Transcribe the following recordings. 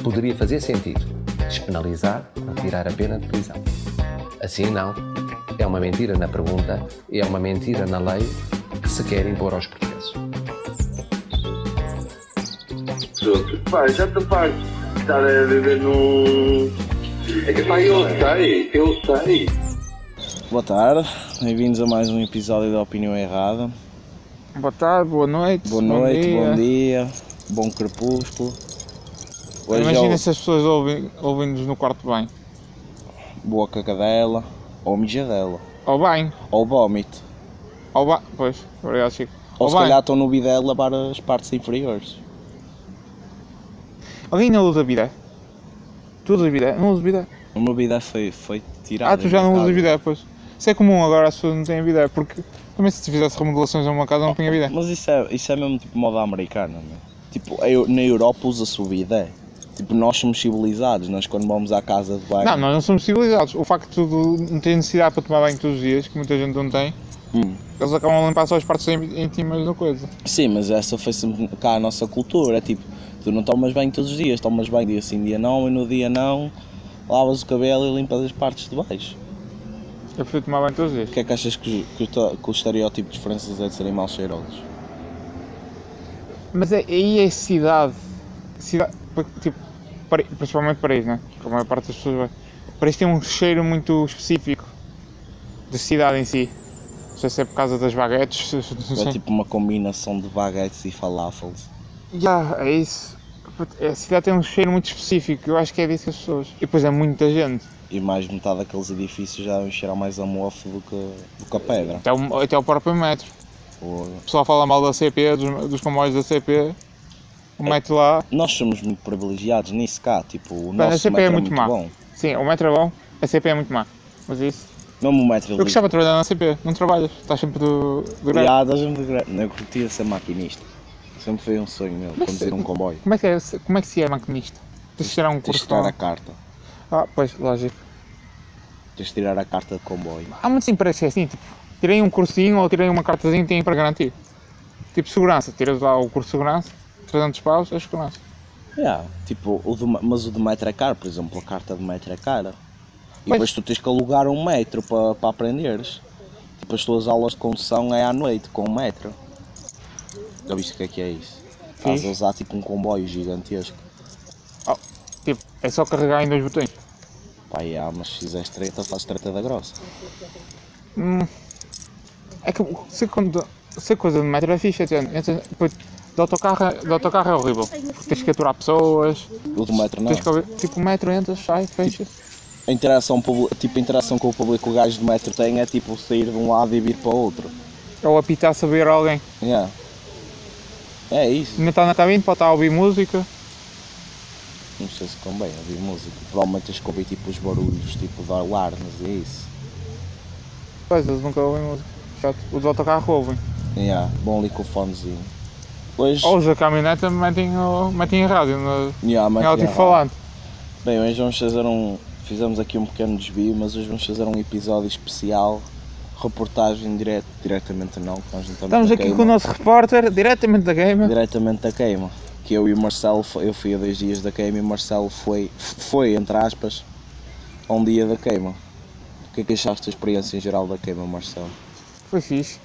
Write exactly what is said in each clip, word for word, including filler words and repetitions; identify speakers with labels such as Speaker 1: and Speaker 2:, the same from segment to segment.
Speaker 1: poderia fazer sentido despenalizar ou tirar a pena de prisão. Assim não, é uma mentira na pergunta e é uma mentira na lei que se quer impor aos portugueses.
Speaker 2: Pá, já estou farto de estar a viver num... É que pá, eu sei, eu sei.
Speaker 3: Boa tarde, bem-vindos a mais um episódio da Opinião Errada.
Speaker 4: Boa tarde, boa noite.
Speaker 3: Boa noite,
Speaker 4: bom dia,
Speaker 3: bom, dia, bom crepúsculo. Hoje
Speaker 4: Imagina
Speaker 3: é o...
Speaker 4: se as pessoas ouvem, ouvem-nos no quarto bem.
Speaker 3: Boa cagadela, ou mijadela,
Speaker 4: Ou bem.
Speaker 3: ou vómito.
Speaker 4: Ou bem. Pois, obrigado, Chico.
Speaker 3: Ou,
Speaker 4: Ou
Speaker 3: se
Speaker 4: bem.
Speaker 3: calhar estão no bidé a lavar as partes inferiores.
Speaker 4: Alguém ainda usa bidé? Tu usas bidé? Não usas bidé?
Speaker 3: O meu bidé foi, foi tirado.
Speaker 4: Ah, tu já não usas bidé, pois. Isso é comum agora, as pessoas não têm bidé, porque também se fizesse remodelações a uma casa não tinha bidé.
Speaker 3: Mas isso é, isso é mesmo tipo moda americana, meu. Tipo, eu, na Europa usa-se o bidé. Tipo, nós somos civilizados, nós quando vamos à casa de banho...
Speaker 4: Não, nós não somos civilizados. O facto de não ter necessidade para tomar banho todos os dias, que muita gente não tem,
Speaker 3: Hum.
Speaker 4: eles acabam a limpar só as partes íntimas da coisa.
Speaker 3: Sim, mas essa foi sempre cá a nossa cultura, é tipo, tu não tomas banho todos os dias, tomas banho dia sim, dia não, e no dia não, lavas o cabelo e limpas as partes de baixo.
Speaker 4: Eu prefiro tomar banho todos os dias.
Speaker 3: O que é que achas que, que, o, que o estereótipo de franceses é de serem mal cheirosos?
Speaker 4: Mas é, aí é cidade. Cidade, tipo, Paris, principalmente Paris, né? Como a maior parte das pessoas vai. Paris tem um cheiro muito específico da cidade em si. Não sei se é por causa das baguetes. Não sei.
Speaker 3: É tipo uma combinação de baguetes e falafels.
Speaker 4: Já, yeah, é isso. A cidade tem um cheiro muito específico, eu acho que é disso que as pessoas. E depois é muita gente.
Speaker 3: E mais metade daqueles edifícios já devem cheirar mais a mofo do que, do que a pedra.
Speaker 4: Até o, até o próprio metro.
Speaker 3: Ou...
Speaker 4: O pessoal fala mal da C P, dos, dos comboios da C P. O metro lá.
Speaker 3: Nós somos muito privilegiados nisso cá, tipo, o
Speaker 4: Bem,
Speaker 3: nosso
Speaker 4: a C P
Speaker 3: metro
Speaker 4: é
Speaker 3: é
Speaker 4: muito
Speaker 3: muito
Speaker 4: má.
Speaker 3: bom.
Speaker 4: Sim, o metro é bom, a C P é muito má. Mas isso.
Speaker 3: Mesmo o metro
Speaker 4: Eu gostava de trabalhar na C P, não trabalhas, estás sempre do, do greve.
Speaker 3: Ah, estás sempre de greve. Eu curtia ser maquinista. Sempre foi um sonho meu, conduzir um comboio.
Speaker 4: Como é que, é, como é, que se é maquinista? Tens de tirar um
Speaker 3: Tens
Speaker 4: curso
Speaker 3: de tirar
Speaker 4: lá.
Speaker 3: a carta.
Speaker 4: Ah, pois, lógico.
Speaker 3: Tens de tirar a carta de comboio.
Speaker 4: Há muitas empresas que é assim, tipo, tirei um cursinho ou tirei uma cartazinha e têm para garantir. Tipo, segurança, tiras lá o curso de segurança, trezentos paus, é segurança.
Speaker 3: Yeah, tipo, o do, mas o de metro é caro, por exemplo, a carta de metro é cara. E
Speaker 4: Pois.
Speaker 3: depois tu tens que alugar um metro para, para aprenderes. Tipo, as tuas aulas de condução é à noite, com um metro. Já viste o que é que é isso? Estás a usar tipo um comboio gigantesco.
Speaker 4: Oh, tipo, é só carregar em dois botões.
Speaker 3: Pá, yeah, mas se fizeres treta, fazes treta da grossa.
Speaker 4: Hum, é que ser, ser coisa de metro é fixe, é depois de autocarro, de autocarro é horrível. Tens que aturar pessoas.
Speaker 3: O do metro não.
Speaker 4: Tens que, tipo, o metro entras, sai, fecha.
Speaker 3: A interação, tipo, a interação com o público que o gajo do metro tem é tipo sair de um lado e vir para o outro.
Speaker 4: Ou apitar a saber alguém.
Speaker 3: Yeah. É isso.
Speaker 4: Ainda está na cabine, pode estar a ouvir música.
Speaker 3: Não sei se convém ouvir música. Provavelmente tens que ouvir tipo os barulhos tipo de alarmes e é isso.
Speaker 4: Pois, eles nunca ouvem música. Chato. Os autocarros ouvem.
Speaker 3: Yeah, bom ali com o fonezinho. Hoje...
Speaker 4: Ou os da caminhoneta metem, metem em rádio, no,
Speaker 3: yeah,
Speaker 4: em alto-falante.
Speaker 3: Bem, hoje vamos fazer um... Fizemos aqui um pequeno desvio, mas hoje vamos fazer um episódio especial. Reportagem direto, diretamente não, que nós não estamos
Speaker 4: Estamos aqui
Speaker 3: queima.
Speaker 4: com o nosso repórter, diretamente da queima.
Speaker 3: Diretamente da queima. Que eu e o Marcelo, eu fui a dois dias da queima e o Marcelo foi, foi, entre aspas, a um dia da queima. O que é que achaste da experiência em geral da queima, Marcelo?
Speaker 4: Foi fixe.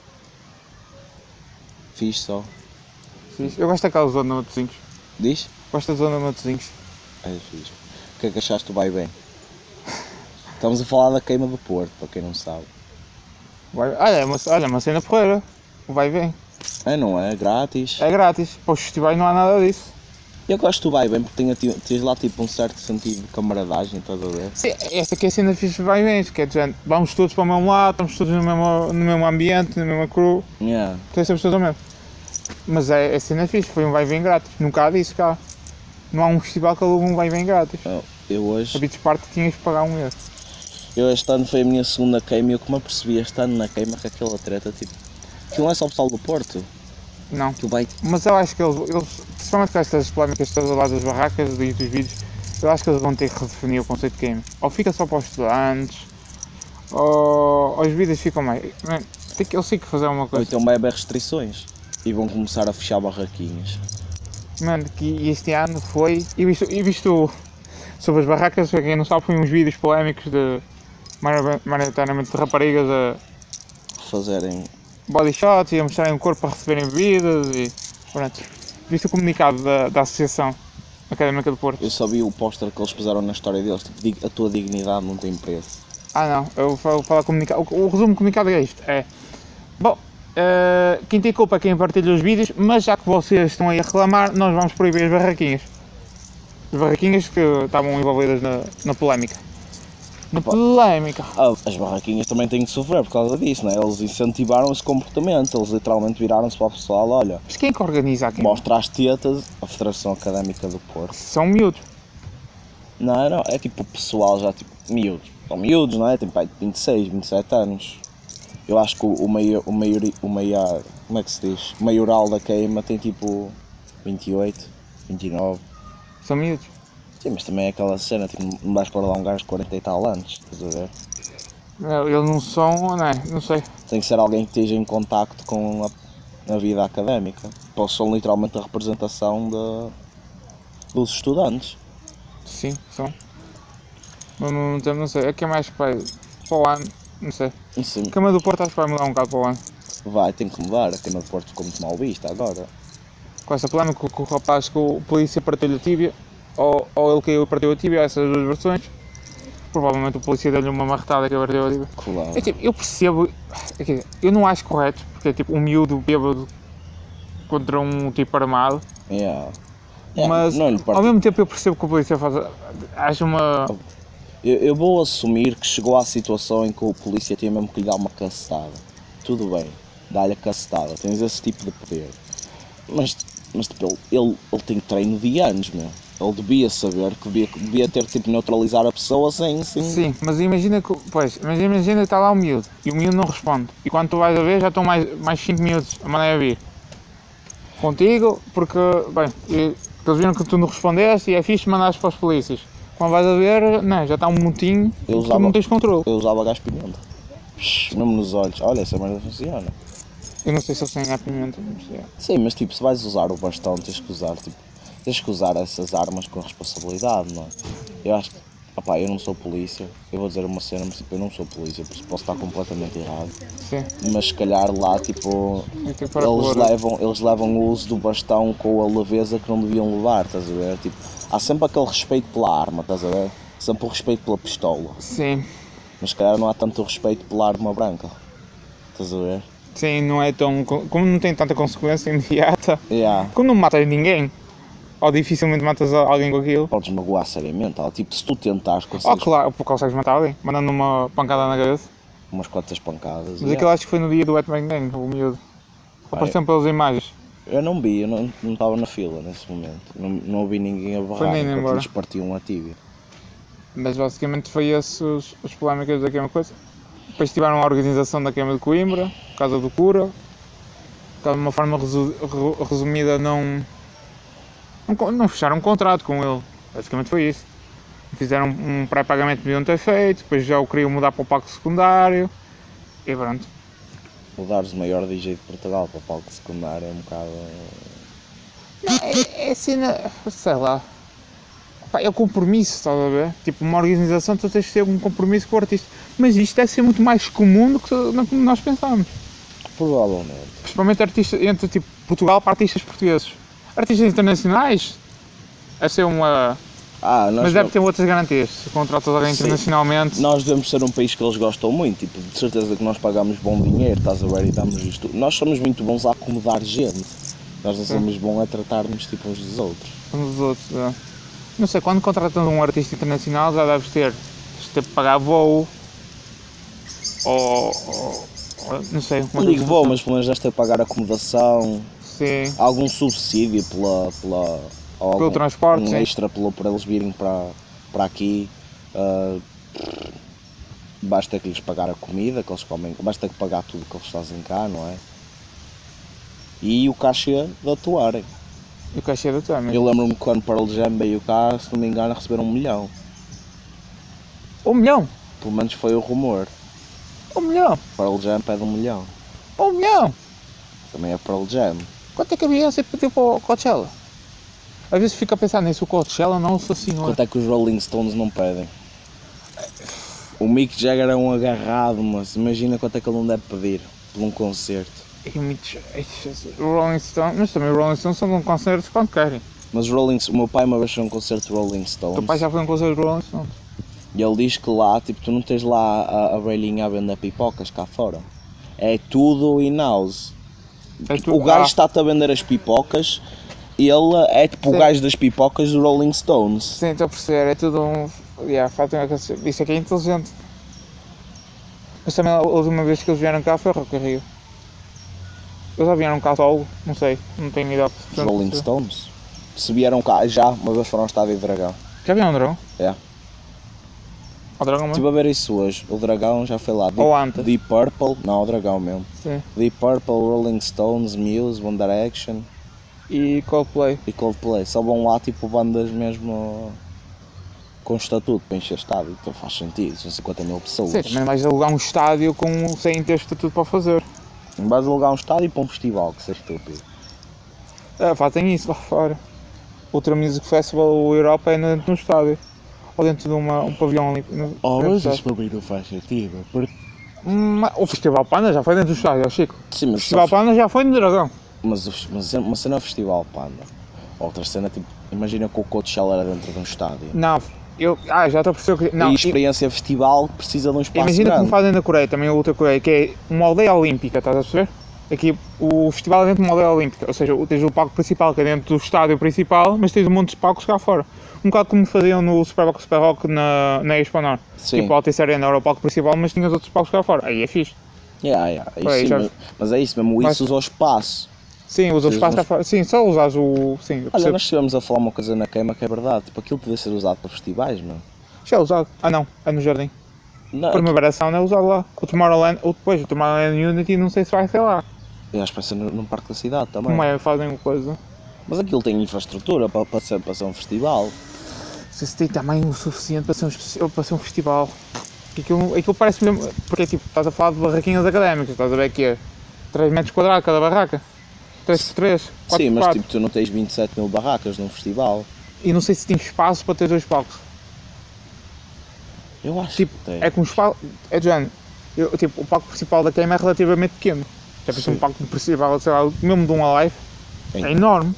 Speaker 3: Fiz só.
Speaker 4: Fixe. Eu gosto daquela zona de Matosinhos.
Speaker 3: Diz?
Speaker 4: Gosto da zona de Matosinhos.
Speaker 3: É fixe. O que é que achaste do Vai Bem? Estamos a falar da queima do Porto, para quem não sabe.
Speaker 4: Vai, olha, uma, olha, uma cena porreira. Vai bem.
Speaker 3: É, não é? Grátis.
Speaker 4: É grátis. Para os festivais não há nada disso.
Speaker 3: Eu gosto do Vai Bem porque tem, tens lá tipo um certo sentido de camaradagem, estás a ver?
Speaker 4: Sim, essa que é a cena fixe do Vai Bem. Que é de gente, vamos todos para o mesmo lado, estamos todos no mesmo, no mesmo ambiente, na mesma crew.
Speaker 3: Yeah.
Speaker 4: Então estamos todos ao mesmo. Mas é a cena fixe, foi um Vai Bem grátis. Nunca há disso cá. Não há um festival que aluga um Vai Bem grátis.
Speaker 3: Eu, eu hoje...
Speaker 4: A Beach Party tinhas que pagar um euro.
Speaker 3: Eu este ano foi a minha segunda queima e eu como eu percebi este ano na queima que aquela treta, tipo... Aquilo não é só o pessoal do Porto.
Speaker 4: Não.
Speaker 3: Aquilo vai...
Speaker 4: Mas eu acho que eles, eles principalmente com estas polémicas todas lá das barracas e dos vídeos, eu acho que eles vão ter que redefinir o conceito de queima. Ou fica só para os estudantes, ou, ou os vídeos ficam mais... Tem que, eles têm que fazer uma
Speaker 3: Ou
Speaker 4: coisa.
Speaker 3: então vai haver restrições e vão começar a fechar barraquinhas.
Speaker 4: Mano, que este ano foi... E visto, e visto sobre as barracas, para quem não sabe, foi uns vídeos polémicos de... maioritariamente de raparigas a...
Speaker 3: Fazerem...
Speaker 4: body shots e a mostrarem o corpo para receberem bebidas e... Pronto. Viste o comunicado da, da Associação Académica do Porto?
Speaker 3: Eu só vi o póster que eles puseram na história deles, tipo, a tua dignidade não tem preço.
Speaker 4: Ah não, eu vou falar comunicado. O, o resumo do comunicado é isto, é... Bom, uh, quem tem culpa é quem partilha os vídeos, mas já que vocês estão aí a reclamar, nós vamos proibir as barraquinhas. As barraquinhas que estavam envolvidas na, na polémica. Na
Speaker 3: Opa.
Speaker 4: polémica.
Speaker 3: Ah, as barraquinhas também têm que sofrer por causa disso, né? Eles incentivaram esse comportamento, eles literalmente viraram-se para o pessoal, olha,
Speaker 4: Mas quem é que organiza aqui?
Speaker 3: mostra as tetas, a Federação Académica do Porto.
Speaker 4: São miúdos.
Speaker 3: Não, não, é tipo o pessoal já tipo miúdos. São miúdos, não é? Tem pai de vinte e seis, vinte e sete anos. Eu acho que o, o, maior, o, maior, o maior, como é que se diz? O maioral da queima tem tipo vinte e oito, vinte e nove.
Speaker 4: São miúdos.
Speaker 3: Sim, mas também é aquela cena, tipo, não vais para lá um gajo de quarenta e tal anos, estás a ver?
Speaker 4: Não, eles não são, não é? Não sei.
Speaker 3: Tem que ser alguém que esteja em contacto com a, a vida académica. Eles são literalmente a representação de, dos estudantes.
Speaker 4: Sim, são. Não, não, não, não sei. Aqui é mais para, para o ano, não sei.
Speaker 3: Sim,
Speaker 4: A Câmara do Porto acho que vai mudar um bocado para o ano.
Speaker 3: vai, tem que mudar, a Câmara do Porto ficou muito mal vista agora.
Speaker 4: Com essa polémica com o rapaz que o polícia partiu a tíbia, ou, ou ele caiu e partiu a tíbia, essas duas versões. Provavelmente o polícia deu-lhe uma marretada que partiu a tíbia.
Speaker 3: Claro.
Speaker 4: É, tipo, eu percebo, é, que, eu não acho correto, porque é tipo um miúdo bêbado contra um tipo armado,
Speaker 3: Yeah. Yeah,
Speaker 4: mas
Speaker 3: não lhe
Speaker 4: ao
Speaker 3: parte-
Speaker 4: mesmo tempo eu percebo que o polícia faz, acho uma...
Speaker 3: eu, eu vou assumir que chegou à situação em que o polícia tinha mesmo que lhe dar uma cacetada. Tudo bem, dá-lhe a cacetada, tens esse tipo de poder. Mas, mas tipo, ele, ele, ele tem treino de anos, meu. Ele devia saber que devia, devia ter tipo neutralizar a pessoa sem, sem...
Speaker 4: Sim, mas imagina que, pois, mas imagina que está lá o miúdo e o miúdo não responde. E quando tu vais a ver já estão mais, mais cinco miúdos a mandar a vir contigo, porque, bem, e- eles viram que tu não respondeste e é fixe mandares para os polícias. Quando vais a ver, não, já está um motinho
Speaker 3: Eu
Speaker 4: e tu
Speaker 3: usava-
Speaker 4: não tens controle.
Speaker 3: Eu usava gás pimenta. Psh, mesmo nos olhos. Olha, essa merda funciona.
Speaker 4: Eu não sei se eles têm a pimenta, mas é.
Speaker 3: Sim, mas tipo, se vais usar o bastão, tens que usar, tipo, tens que usar essas armas com responsabilidade, não é? Eu acho que, opá, eu não sou polícia, eu vou dizer uma cena, mas tipo, eu não sou polícia, por isso posso estar completamente errado.
Speaker 4: Sim,
Speaker 3: Mas se calhar lá, tipo,
Speaker 4: eu tenho que parar
Speaker 3: eles
Speaker 4: com o
Speaker 3: levam, eles levam o uso do bastão com a leveza que não deviam levar, estás a ver? Tipo, há sempre aquele respeito pela arma, estás a ver? Sempre o respeito pela pistola,
Speaker 4: Sim,
Speaker 3: mas se calhar não há tanto respeito pela arma branca, estás a ver?
Speaker 4: sim, não é tão... Como não tem tanta consequência imediata,
Speaker 3: Yeah.
Speaker 4: como não matas ninguém, ou dificilmente matas alguém com aquilo.
Speaker 3: Podes magoar seriamente, ó, tipo, se tu tentares
Speaker 4: Oh,
Speaker 3: consegues
Speaker 4: claro, consegues matar alguém, mandando uma pancada na cabeça.
Speaker 3: umas quantas pancadas.
Speaker 4: Mas
Speaker 3: yeah.
Speaker 4: aquilo acho que foi no dia do Batman Gang, o miúdo. Apareceram pelas imagens.
Speaker 3: Eu não vi, eu não não estava na fila nesse momento, não, não ouvi ninguém a
Speaker 4: Foi
Speaker 3: barrar
Speaker 4: nem
Speaker 3: enquanto
Speaker 4: embora.
Speaker 3: eles partiam a tíbia.
Speaker 4: Mas basicamente foi esses os, os polémicas da queima coisa. Depois tiveram a organização da queima de Coimbra, por causa do cura. De uma forma resu- re- resumida, não, não, co- não fecharam um contrato com ele. Basicamente foi isso. Fizeram um pré-pagamento que deviam ter feito, depois já o queriam mudar para o palco secundário. E pronto.
Speaker 3: Mudares o maior D J de Portugal para o palco secundário é um bocado.
Speaker 4: Não, é, é cena, sei lá. Pá, é o compromisso, estás a ver? Tipo, uma organização tu tens de ter um compromisso com o artista. Mas isto deve ser muito mais comum do que do que nós pensamos.
Speaker 3: Provavelmente.
Speaker 4: Principalmente artistas, entre tipo Portugal para artistas portugueses. Artistas internacionais, essa é uma.
Speaker 3: Ah, nós,
Speaker 4: Mas deve ter outras garantias. Se contratas alguém
Speaker 3: Sim.
Speaker 4: internacionalmente.
Speaker 3: nós devemos ser um país que eles gostam muito, tipo, de certeza que nós pagamos bom dinheiro, estás a ver, e damos isto. Nós somos muito bons a acomodar gente. Nós não
Speaker 4: Sim.
Speaker 3: somos bons a tratar-nos tipo uns dos outros.
Speaker 4: Uns dos outros. é. Não sei, quando contratas um artista internacional já deves ter. Deves ter que pagar voo. Ou. ou- ou- não sei. uma
Speaker 3: Não digo
Speaker 4: coisa
Speaker 3: vou,
Speaker 4: assim.
Speaker 3: mas pelo menos deves ter que pagar acomodação,
Speaker 4: Sim.
Speaker 3: algum subsídio pela. pela ou
Speaker 4: Pelo
Speaker 3: algum-
Speaker 4: transporte,
Speaker 3: um
Speaker 4: sim.
Speaker 3: extra pelo, para eles virem para, para aqui. ah, basta que lhes pagar a comida que eles comem, basta que pagar tudo que eles fazem cá, não é? E o cachê de atuarem.
Speaker 4: E o cachê do também.
Speaker 3: Eu lembro-me que quando Pearl Jam veio cá, se não me engano, receberam um milhão.
Speaker 4: Um milhão!
Speaker 3: Pelo menos foi o rumor.
Speaker 4: Um milhão!
Speaker 3: Pearl Jam pede um milhão.
Speaker 4: Um milhão!
Speaker 3: Também é Pearl Jam.
Speaker 4: Quanto é que a Beyoncé pediu para o Coachella? Às vezes fico a pensar nisso, o Coachella, nossa senhora.
Speaker 3: Quanto é que os Rolling Stones não pedem? O Mick Jagger é um agarrado, mas imagina quanto é que ele não deve pedir por um concerto.
Speaker 4: É muito... O Rolling Stones, mas também os Rolling Stones são de um concerto quando querem.
Speaker 3: Mas Rolling, o meu pai uma vez foi a um concerto de Rolling Stones.
Speaker 4: O teu pai já foi a um concerto de Rolling Stones.
Speaker 3: E ele diz que lá, tipo, tu não tens lá a, a velhinha a vender pipocas cá fora. É tudo in-house.
Speaker 4: É tu...
Speaker 3: O gajo
Speaker 4: ah.
Speaker 3: está-te a vender as pipocas, ele é tipo
Speaker 4: Sim.
Speaker 3: o gajo das pipocas do Rolling Stones.
Speaker 4: Sim, estou a perceber, é tudo um... Yeah, falta uma coisa... Isso aqui é inteligente. Mas também a última vez que eles vieram cá foi a Rock in Rio. Eles já vieram cá solo, não sei, não tenho ideia.
Speaker 3: Os Rolling Stones? Se vieram cá já, uma vez foram ao Estádio Dragão.
Speaker 4: Já vieram o Dragão?
Speaker 3: É.
Speaker 4: O Dragão mesmo?
Speaker 3: Estive a ver isso hoje, o Dragão já foi lá. Deep,
Speaker 4: Ou antes?
Speaker 3: Deep Purple, não, o Dragão mesmo.
Speaker 4: Sim.
Speaker 3: Deep Purple, Rolling Stones, Muse, One Direction
Speaker 4: E Coldplay.
Speaker 3: e Coldplay. Só vão lá tipo bandas mesmo com estatuto para encher estádio, então faz sentido, são cinquenta mil pessoas.
Speaker 4: Sim, também vais alugar um estádio com, sem ter estatuto para fazer.
Speaker 3: Não vais alugar um estádio para um festival, que seja estúpido.
Speaker 4: É, fazem isso lá fora. Ultra Music Festival, o Europa é dentro de um estádio. Ou dentro de uma, um pavilhão ali.
Speaker 3: Oh, mas isso para mim não faz sentido. Porque...
Speaker 4: Hum, o Festival Panda já foi dentro do estádio, Chico.
Speaker 3: Sim,
Speaker 4: O
Speaker 3: mas,
Speaker 4: Festival
Speaker 3: só...
Speaker 4: Panda já foi no Dragão.
Speaker 3: mas, mas uma cena é o Festival Panda. Outra cena, tipo, imagina que o Coachella era dentro de um estádio.
Speaker 4: Não, eu. Ah, já estou a perceber que. Não,
Speaker 3: e a experiência festival precisa de um espaço
Speaker 4: imagina
Speaker 3: grande.
Speaker 4: como fazem na Coreia, também a Ultra Coreia, que é uma aldeia olímpica, estás a perceber? Aqui o festival é dentro de uma aldeia olímpica, ou seja, tens o palco principal que é dentro do estádio principal, mas tens um monte de palcos cá fora. Um bocado como faziam no Super Rock Super Rock na, na Expo Norte.
Speaker 3: Sim.
Speaker 4: Tipo, a Altice Arena era o palco principal, mas tinhas outros palcos cá fora. Aí é fixe.
Speaker 3: Yeah, yeah, é isso
Speaker 4: Aí,
Speaker 3: sim,
Speaker 4: já-
Speaker 3: mas, mas é isso mesmo,
Speaker 4: Mas-
Speaker 3: isso usa o espaço.
Speaker 4: Sim, usa o
Speaker 3: Sim,
Speaker 4: espaço
Speaker 3: mas-
Speaker 4: cá fora. Sim, só usas o. Sim, eu
Speaker 3: Olha,
Speaker 4: percebo.
Speaker 3: nós estivemos a falar uma coisa na queima que é verdade, tipo, aquilo podia ser usado para festivais, não?
Speaker 4: Já é usado. Ah não, é no Jardim.
Speaker 3: Não,
Speaker 4: Primavera Sound é usado lá. O Tomorrowland, ou depois, o Tomorrowland Unity não sei se vai ser lá.
Speaker 3: eu acho que vai ser no, num parque da cidade também.
Speaker 4: Como é, fazem uma coisa.
Speaker 3: Mas aquilo tem infraestrutura para, para, ser, para ser um festival.
Speaker 4: Não sei se tem tamanho o suficiente para ser um, espe- para ser um festival. Porque Aquilo, aquilo parece mesmo. Porque tipo, estás a falar de barraquinhas académicas, estás a ver que é três metros quadrados cada barraca. três por três, quatro
Speaker 3: Sim,
Speaker 4: por
Speaker 3: mas
Speaker 4: quatro.
Speaker 3: tipo, tu não tens vinte e sete mil barracas num festival.
Speaker 4: E não sei se tem espaço para ter dois palcos.
Speaker 3: Eu acho
Speaker 4: Tipo,
Speaker 3: que tem.
Speaker 4: é com um espaço. É de género. Eu, tipo, o palco principal da queima é relativamente pequeno. Já pensei
Speaker 3: Sim.
Speaker 4: um palco principal, sei lá, mesmo de um Alive,
Speaker 3: Sim.
Speaker 4: é enorme.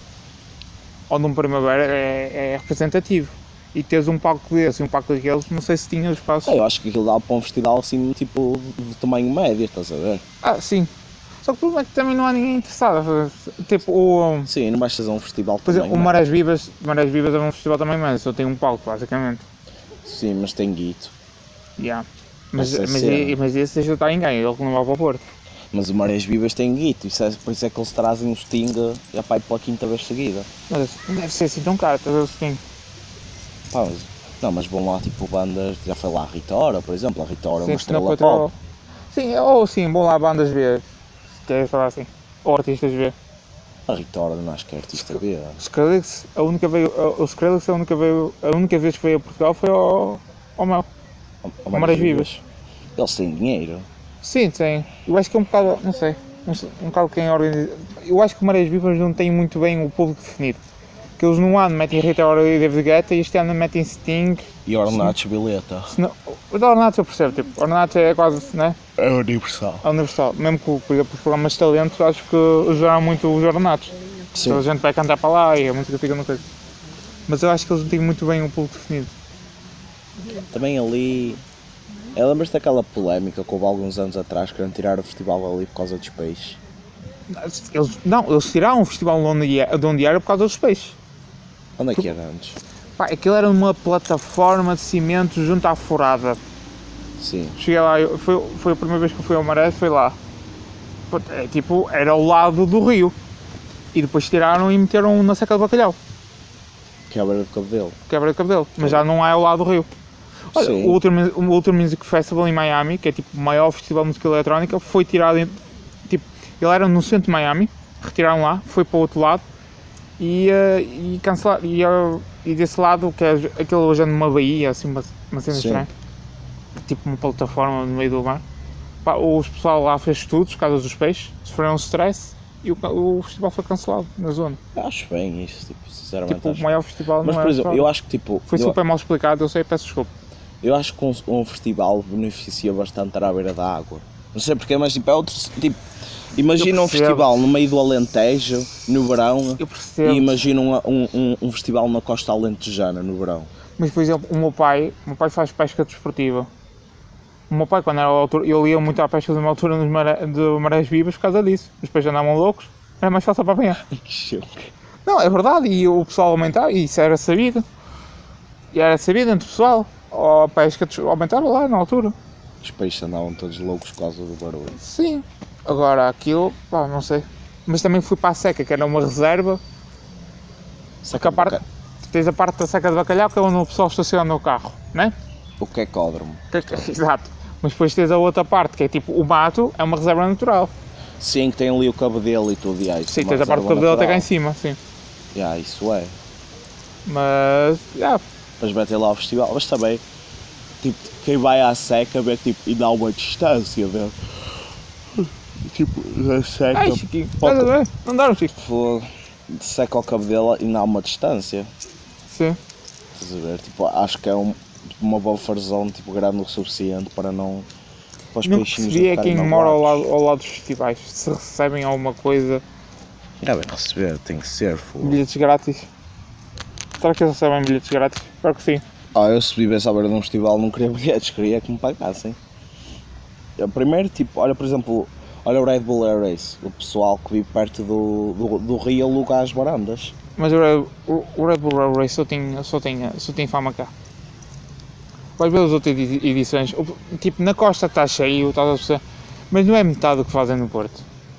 Speaker 4: Ou de um Primavera é, é representativo. E teres um palco desse e um palco daqueles, não sei se tinha espaço.
Speaker 3: Eu acho que aquilo dá para um festival assim, tipo, de tamanho médio, estás a ver?
Speaker 4: Ah, sim. Só que o problema é que também não há ninguém interessado a fazer. Tipo, o.
Speaker 3: Sim, não vais fazer um festival de
Speaker 4: Por exemplo,
Speaker 3: tamanho
Speaker 4: o
Speaker 3: médio.
Speaker 4: Marés Vivas, Marés Vivas é um festival também, mas só tem um palco, basicamente.
Speaker 3: Sim, mas tem guito.
Speaker 4: Yeah. Mas,
Speaker 3: Essa
Speaker 4: mas,
Speaker 3: cena.
Speaker 4: e- mas esse já está em ganho, ele que não vai para o Porto.
Speaker 3: Mas o Marés Vivas tem guito, isso é, por isso é que eles trazem o Sting a pai pela quinta vez seguida.
Speaker 4: Mas não deve ser assim tão caro, estás a ver o Sting.
Speaker 3: Pá, mas, não, mas vão lá tipo bandas, já foi lá a Rita Ora, por exemplo, a Rita Ora é
Speaker 4: Sim,
Speaker 3: uma
Speaker 4: não
Speaker 3: estrela
Speaker 4: foi
Speaker 3: pop.
Speaker 4: tão- Sim, ou sim, bom lá bandas B, se queres falar assim. Ou artistas B.
Speaker 3: A Rita Ora não acho que é artista B.
Speaker 4: O Skrillex, a única, veio, a- o Skrillex, a única, veio, a única vez que veio a Portugal foi ao, ao Mel.
Speaker 3: O
Speaker 4: Marés Vivas.
Speaker 3: Eles têm dinheiro.
Speaker 4: Sim, tem. Eu acho que é um bocado, não sei, não sei, um bocado quem organiza. Eu acho que o Marés Vivas não tem muito bem o público definido. Que eles num ano metem Rita Ora e David Guetta e este ano metem Sting.
Speaker 3: E Ornatos Bilheta.
Speaker 4: Se não- o da Ornato eu percebo, tipo, Ornato é quase, né,
Speaker 3: É universal.
Speaker 4: é universal. Mesmo que, por exemplo, os programas de talento, acho que ajudaram muito os Ornatos.
Speaker 3: Sim.
Speaker 4: Toda a gente vai cantar para lá e a música fica no coisa. Mas eu acho que eles não têm muito bem o público definido.
Speaker 3: Também ali. Eu lembro-te daquela polémica que houve alguns anos atrás, querendo tirar o festival ali por causa dos peixes.
Speaker 4: Eles, não, eles tiraram o festival de onde, ia- de onde era por causa dos peixes.
Speaker 3: Onde é que era antes?
Speaker 4: Pá, aquilo era uma plataforma de cimento junto à Forada.
Speaker 3: Sim.
Speaker 4: Cheguei lá, eu- foi, foi a primeira vez que eu fui ao Marés, foi lá. Puta, é, tipo, era ao lado do rio. E depois tiraram e meteram na seca de bacalhau,
Speaker 3: Que é a beira do cabelo.
Speaker 4: quebra de cabelo, mas já não é ao lado do rio. Olha,
Speaker 3: Sim.
Speaker 4: o Ultra, Mu- o Ultra Music Festival em Miami, que é tipo o maior festival de música eletrónica, foi tirado, em, tipo, ele era no centro de Miami, retiraram lá, foi para o outro lado e, eh, e cancelaram, e, eh, e desse lado, que é aquele hoje é numa baía, assim, uma, uma cena
Speaker 3: Sim.
Speaker 4: estranha, tipo uma plataforma no meio do mar. Pá, o pessoal lá fez estudos, por causa dos peixes, sofreram stress e o, o festival foi cancelado na zona.
Speaker 3: Eu acho bem isso, tipo, sinceramente.
Speaker 4: Tipo,
Speaker 3: acho...
Speaker 4: o maior festival
Speaker 3: Mas,
Speaker 4: não
Speaker 3: por
Speaker 4: é
Speaker 3: exemplo, eu acho que tipo.
Speaker 4: Foi
Speaker 3: eu...
Speaker 4: super mal explicado, eu sei, peço desculpa.
Speaker 3: Eu acho que um, um festival beneficia bastante estar à beira da água. Não sei porquê, mas tipo, é outro. Tipo, imagina um festival no meio do Alentejo, no verão,
Speaker 4: Eu percebo.
Speaker 3: e imagina um, um, um, um festival na costa alentejana, no verão.
Speaker 4: Mas, por exemplo, o meu pai, o meu pai faz pesca desportiva. O meu pai, quando era altura, eu ia muito à pesca de uma altura nos maré, de marés vivas por causa disso. Os peixes andavam loucos, era mais fácil para apanhar.
Speaker 3: Ai, que choque.
Speaker 4: Não, é verdade, e o pessoal aumentava, e isso era sabido. E era sabido entre o pessoal. A pesca aumentava lá na altura.
Speaker 3: Os peixes andavam todos loucos por causa do barulho.
Speaker 4: Sim. Agora aquilo, pá, não sei. Mas também fui para a seca, que era uma reserva. Só que a parte, tens a parte da seca de bacalhau, que é onde o pessoal estaciona o carro, né?
Speaker 3: O quecódromo.
Speaker 4: Exato. Mas depois tens a outra parte, que é tipo, o mato é uma reserva natural.
Speaker 3: Sim, que tem ali o cabedelo e tudo, e aí,
Speaker 4: Sim, tens a parte do cabedelo até cá em cima, sim.
Speaker 3: Yeah, isso é.
Speaker 4: Mas, já.
Speaker 3: Mas metem lá o festival, mas também, tipo, quem vai à seca vê que tipo, ainda há uma distância, né? Tipo, a seca.
Speaker 4: Ai, Chiquinho, estás a ver? Não dá, Chico.
Speaker 3: Tipo, de seca ao cabedelo ainda há uma distância.
Speaker 4: Sim.
Speaker 3: Estás a ver? Tipo, acho que é um, tipo, uma buffer zone tipo, grande o suficiente para não. Para os
Speaker 4: Não
Speaker 3: peixinhos
Speaker 4: percebi é quem mora ao
Speaker 3: magoados.
Speaker 4: lado, ao lado dos festivais. Se recebem alguma coisa,
Speaker 3: É bem receber, tem que ser. Fogo.
Speaker 4: bilhetes grátis. Será que eles recebem bilhetes grátis? Espero que sim.
Speaker 3: Ah, eu se vivesse à beira de um festival não queria bilhetes, queria que me pagassem. Eu, primeiro, tipo, olha por exemplo, olha o Red Bull Air Race, o pessoal que vive perto do, do, do rio aluga as barandas.
Speaker 4: Mas o Red, o, o Red Bull Race só tem, só, tem, só tem fama cá. Vais ver as outras edições, o, tipo, na costa está cheio, estás a perceber, mas não é metade do que fazem no Porto.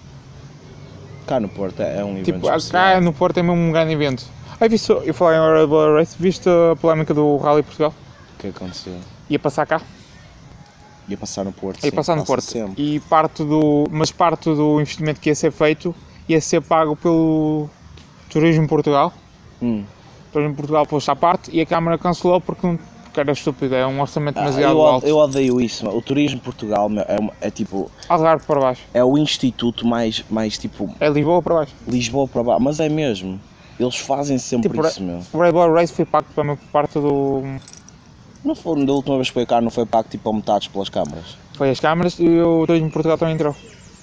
Speaker 3: Cá no Porto é um evento
Speaker 4: Tipo,
Speaker 3: especial.
Speaker 4: cá no Porto é mesmo um grande evento. Aí viste, eu falei em Red Bull Race, viste a polémica do Rally Portugal?
Speaker 3: O que aconteceu?
Speaker 4: Ia passar cá?
Speaker 3: Ia passar no Porto,
Speaker 4: Ia
Speaker 3: sim,
Speaker 4: passar no
Speaker 3: passa
Speaker 4: Porto.
Speaker 3: sempre.
Speaker 4: E parte do, mas parte do investimento que ia ser feito ia ser pago pelo Turismo Portugal.
Speaker 3: Hum.
Speaker 4: O Turismo Portugal pôs à parte e a Câmara cancelou porque, não, porque era estúpido, é um orçamento
Speaker 3: Ah,
Speaker 4: demasiado
Speaker 3: eu,
Speaker 4: alto.
Speaker 3: eu odeio isso, meu. O Turismo Portugal meu, é, uma- é tipo,
Speaker 4: Algarve para baixo.
Speaker 3: é o instituto mais, mais tipo,
Speaker 4: É Lisboa para baixo.
Speaker 3: Lisboa para baixo, mas é mesmo. Eles fazem sempre
Speaker 4: Tipo,
Speaker 3: isso, meu.
Speaker 4: O Red Bull Race foi pago também por parte do...
Speaker 3: Não foi, da última vez que foi cá não foi pago tipo a metades pelas câmaras.
Speaker 4: Foi as câmaras e o Turismo Portugal também entrou.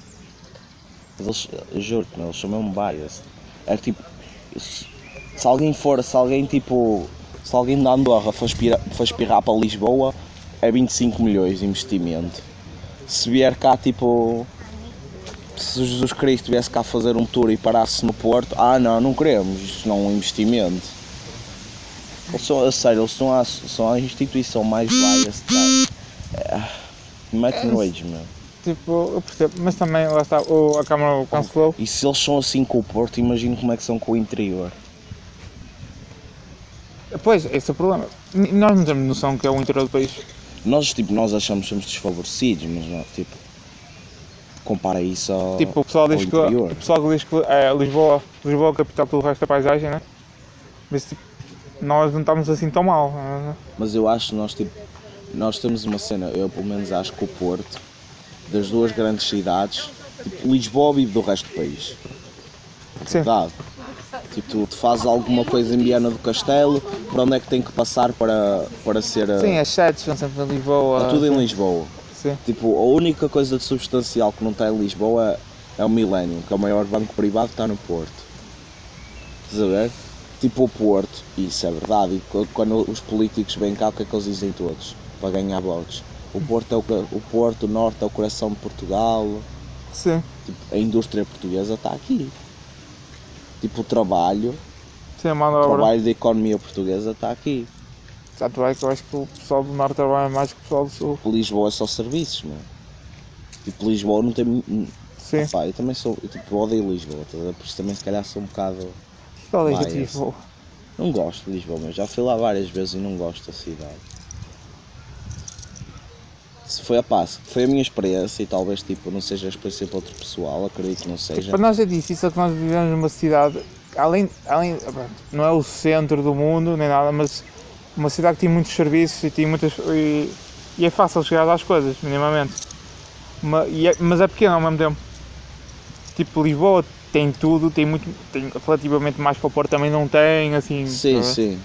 Speaker 3: Eles, eu juro que eles são mesmo biased. É tipo, se, se alguém for, se alguém tipo, se alguém da Andorra for espirrar, for espirrar para Lisboa, é vinte e cinco milhões de investimento. Se vier cá tipo, se Jesus Cristo viesse cá fazer um tour e parasse no Porto, ah não, não queremos, isto não é um investimento. Eles são, a sério, eles são a, são a instituição mais biased. É, mete nojo, meu.
Speaker 4: Tipo, eu percebo, mas também lá está, o, a Câmara cancelou.
Speaker 3: E se eles são assim com o Porto, imagino como é que são com o interior.
Speaker 4: Pois, esse é o problema. N- Nós não temos noção que é o interior do país.
Speaker 3: Nós, tipo, nós achamos que somos desfavorecidos, mas não, tipo, compara isso ao,
Speaker 4: Tipo, o pessoal
Speaker 3: ao
Speaker 4: diz que,
Speaker 3: interior.
Speaker 4: o pessoal diz que é Lisboa, Lisboa é a capital do resto da paisagem, né? Mas tipo, nós não estamos assim tão mal. Né?
Speaker 3: Mas eu acho que nós, tipo, nós temos uma cena, eu pelo menos acho que o Porto, das duas grandes cidades, tipo, Lisboa vive do resto do país.
Speaker 4: Sim.
Speaker 3: Verdade. Tipo, tu, tu fazes alguma coisa em Viana do Castelo, por onde é que tem que passar para, para ser... a-
Speaker 4: Sim, as sedes são sempre em Lisboa.
Speaker 3: é tudo em
Speaker 4: sim.
Speaker 3: Lisboa.
Speaker 4: Sim.
Speaker 3: Tipo, a única coisa de substancial que não está em Lisboa é, é o Millennium, que é o maior banco privado que está no Porto. Estás a ver? Tipo o Porto, e isso é verdade, e qu- quando os políticos vêm cá, o que é que eles dizem todos? Para ganhar votos. O Porto, é o, co- o Porto, o Norte é o coração de Portugal,
Speaker 4: Sim.
Speaker 3: tipo, a indústria portuguesa está aqui. Tipo, o trabalho,
Speaker 4: Sim, a mão de
Speaker 3: o
Speaker 4: obra.
Speaker 3: trabalho da economia portuguesa está aqui.
Speaker 4: Exato, é que eu acho que o pessoal do Norte trabalha mais que o pessoal do Sul.
Speaker 3: Lisboa é só serviços, meu. Tipo, Lisboa não tem...
Speaker 4: Sim.
Speaker 3: Pá, eu também sou, eu, tipo, odeio Lisboa, tá a ver? Por isso também se calhar sou um bocado...
Speaker 4: Qual é que
Speaker 3: Vai,
Speaker 4: eu
Speaker 3: esse.
Speaker 4: vou?
Speaker 3: Não gosto de Lisboa, mas já fui lá várias vezes e não gosto da cidade. Se foi a paz, foi a minha experiência e talvez tipo, não seja a experiência para outro pessoal, acredito que não seja.
Speaker 4: Para nós é difícil que nós vivemos numa cidade, além, além, pronto, não é o centro do mundo nem nada, mas uma cidade que tem muitos serviços e, tem muitas, e, e é fácil chegar às coisas, minimamente. Uma, e é- mas é pequena ao mesmo tempo. Tipo, Lisboa tem tudo, tem muito, tem relativamente mais que o Porto também não tem, assim.
Speaker 3: Sim,
Speaker 4: tá?
Speaker 3: sim.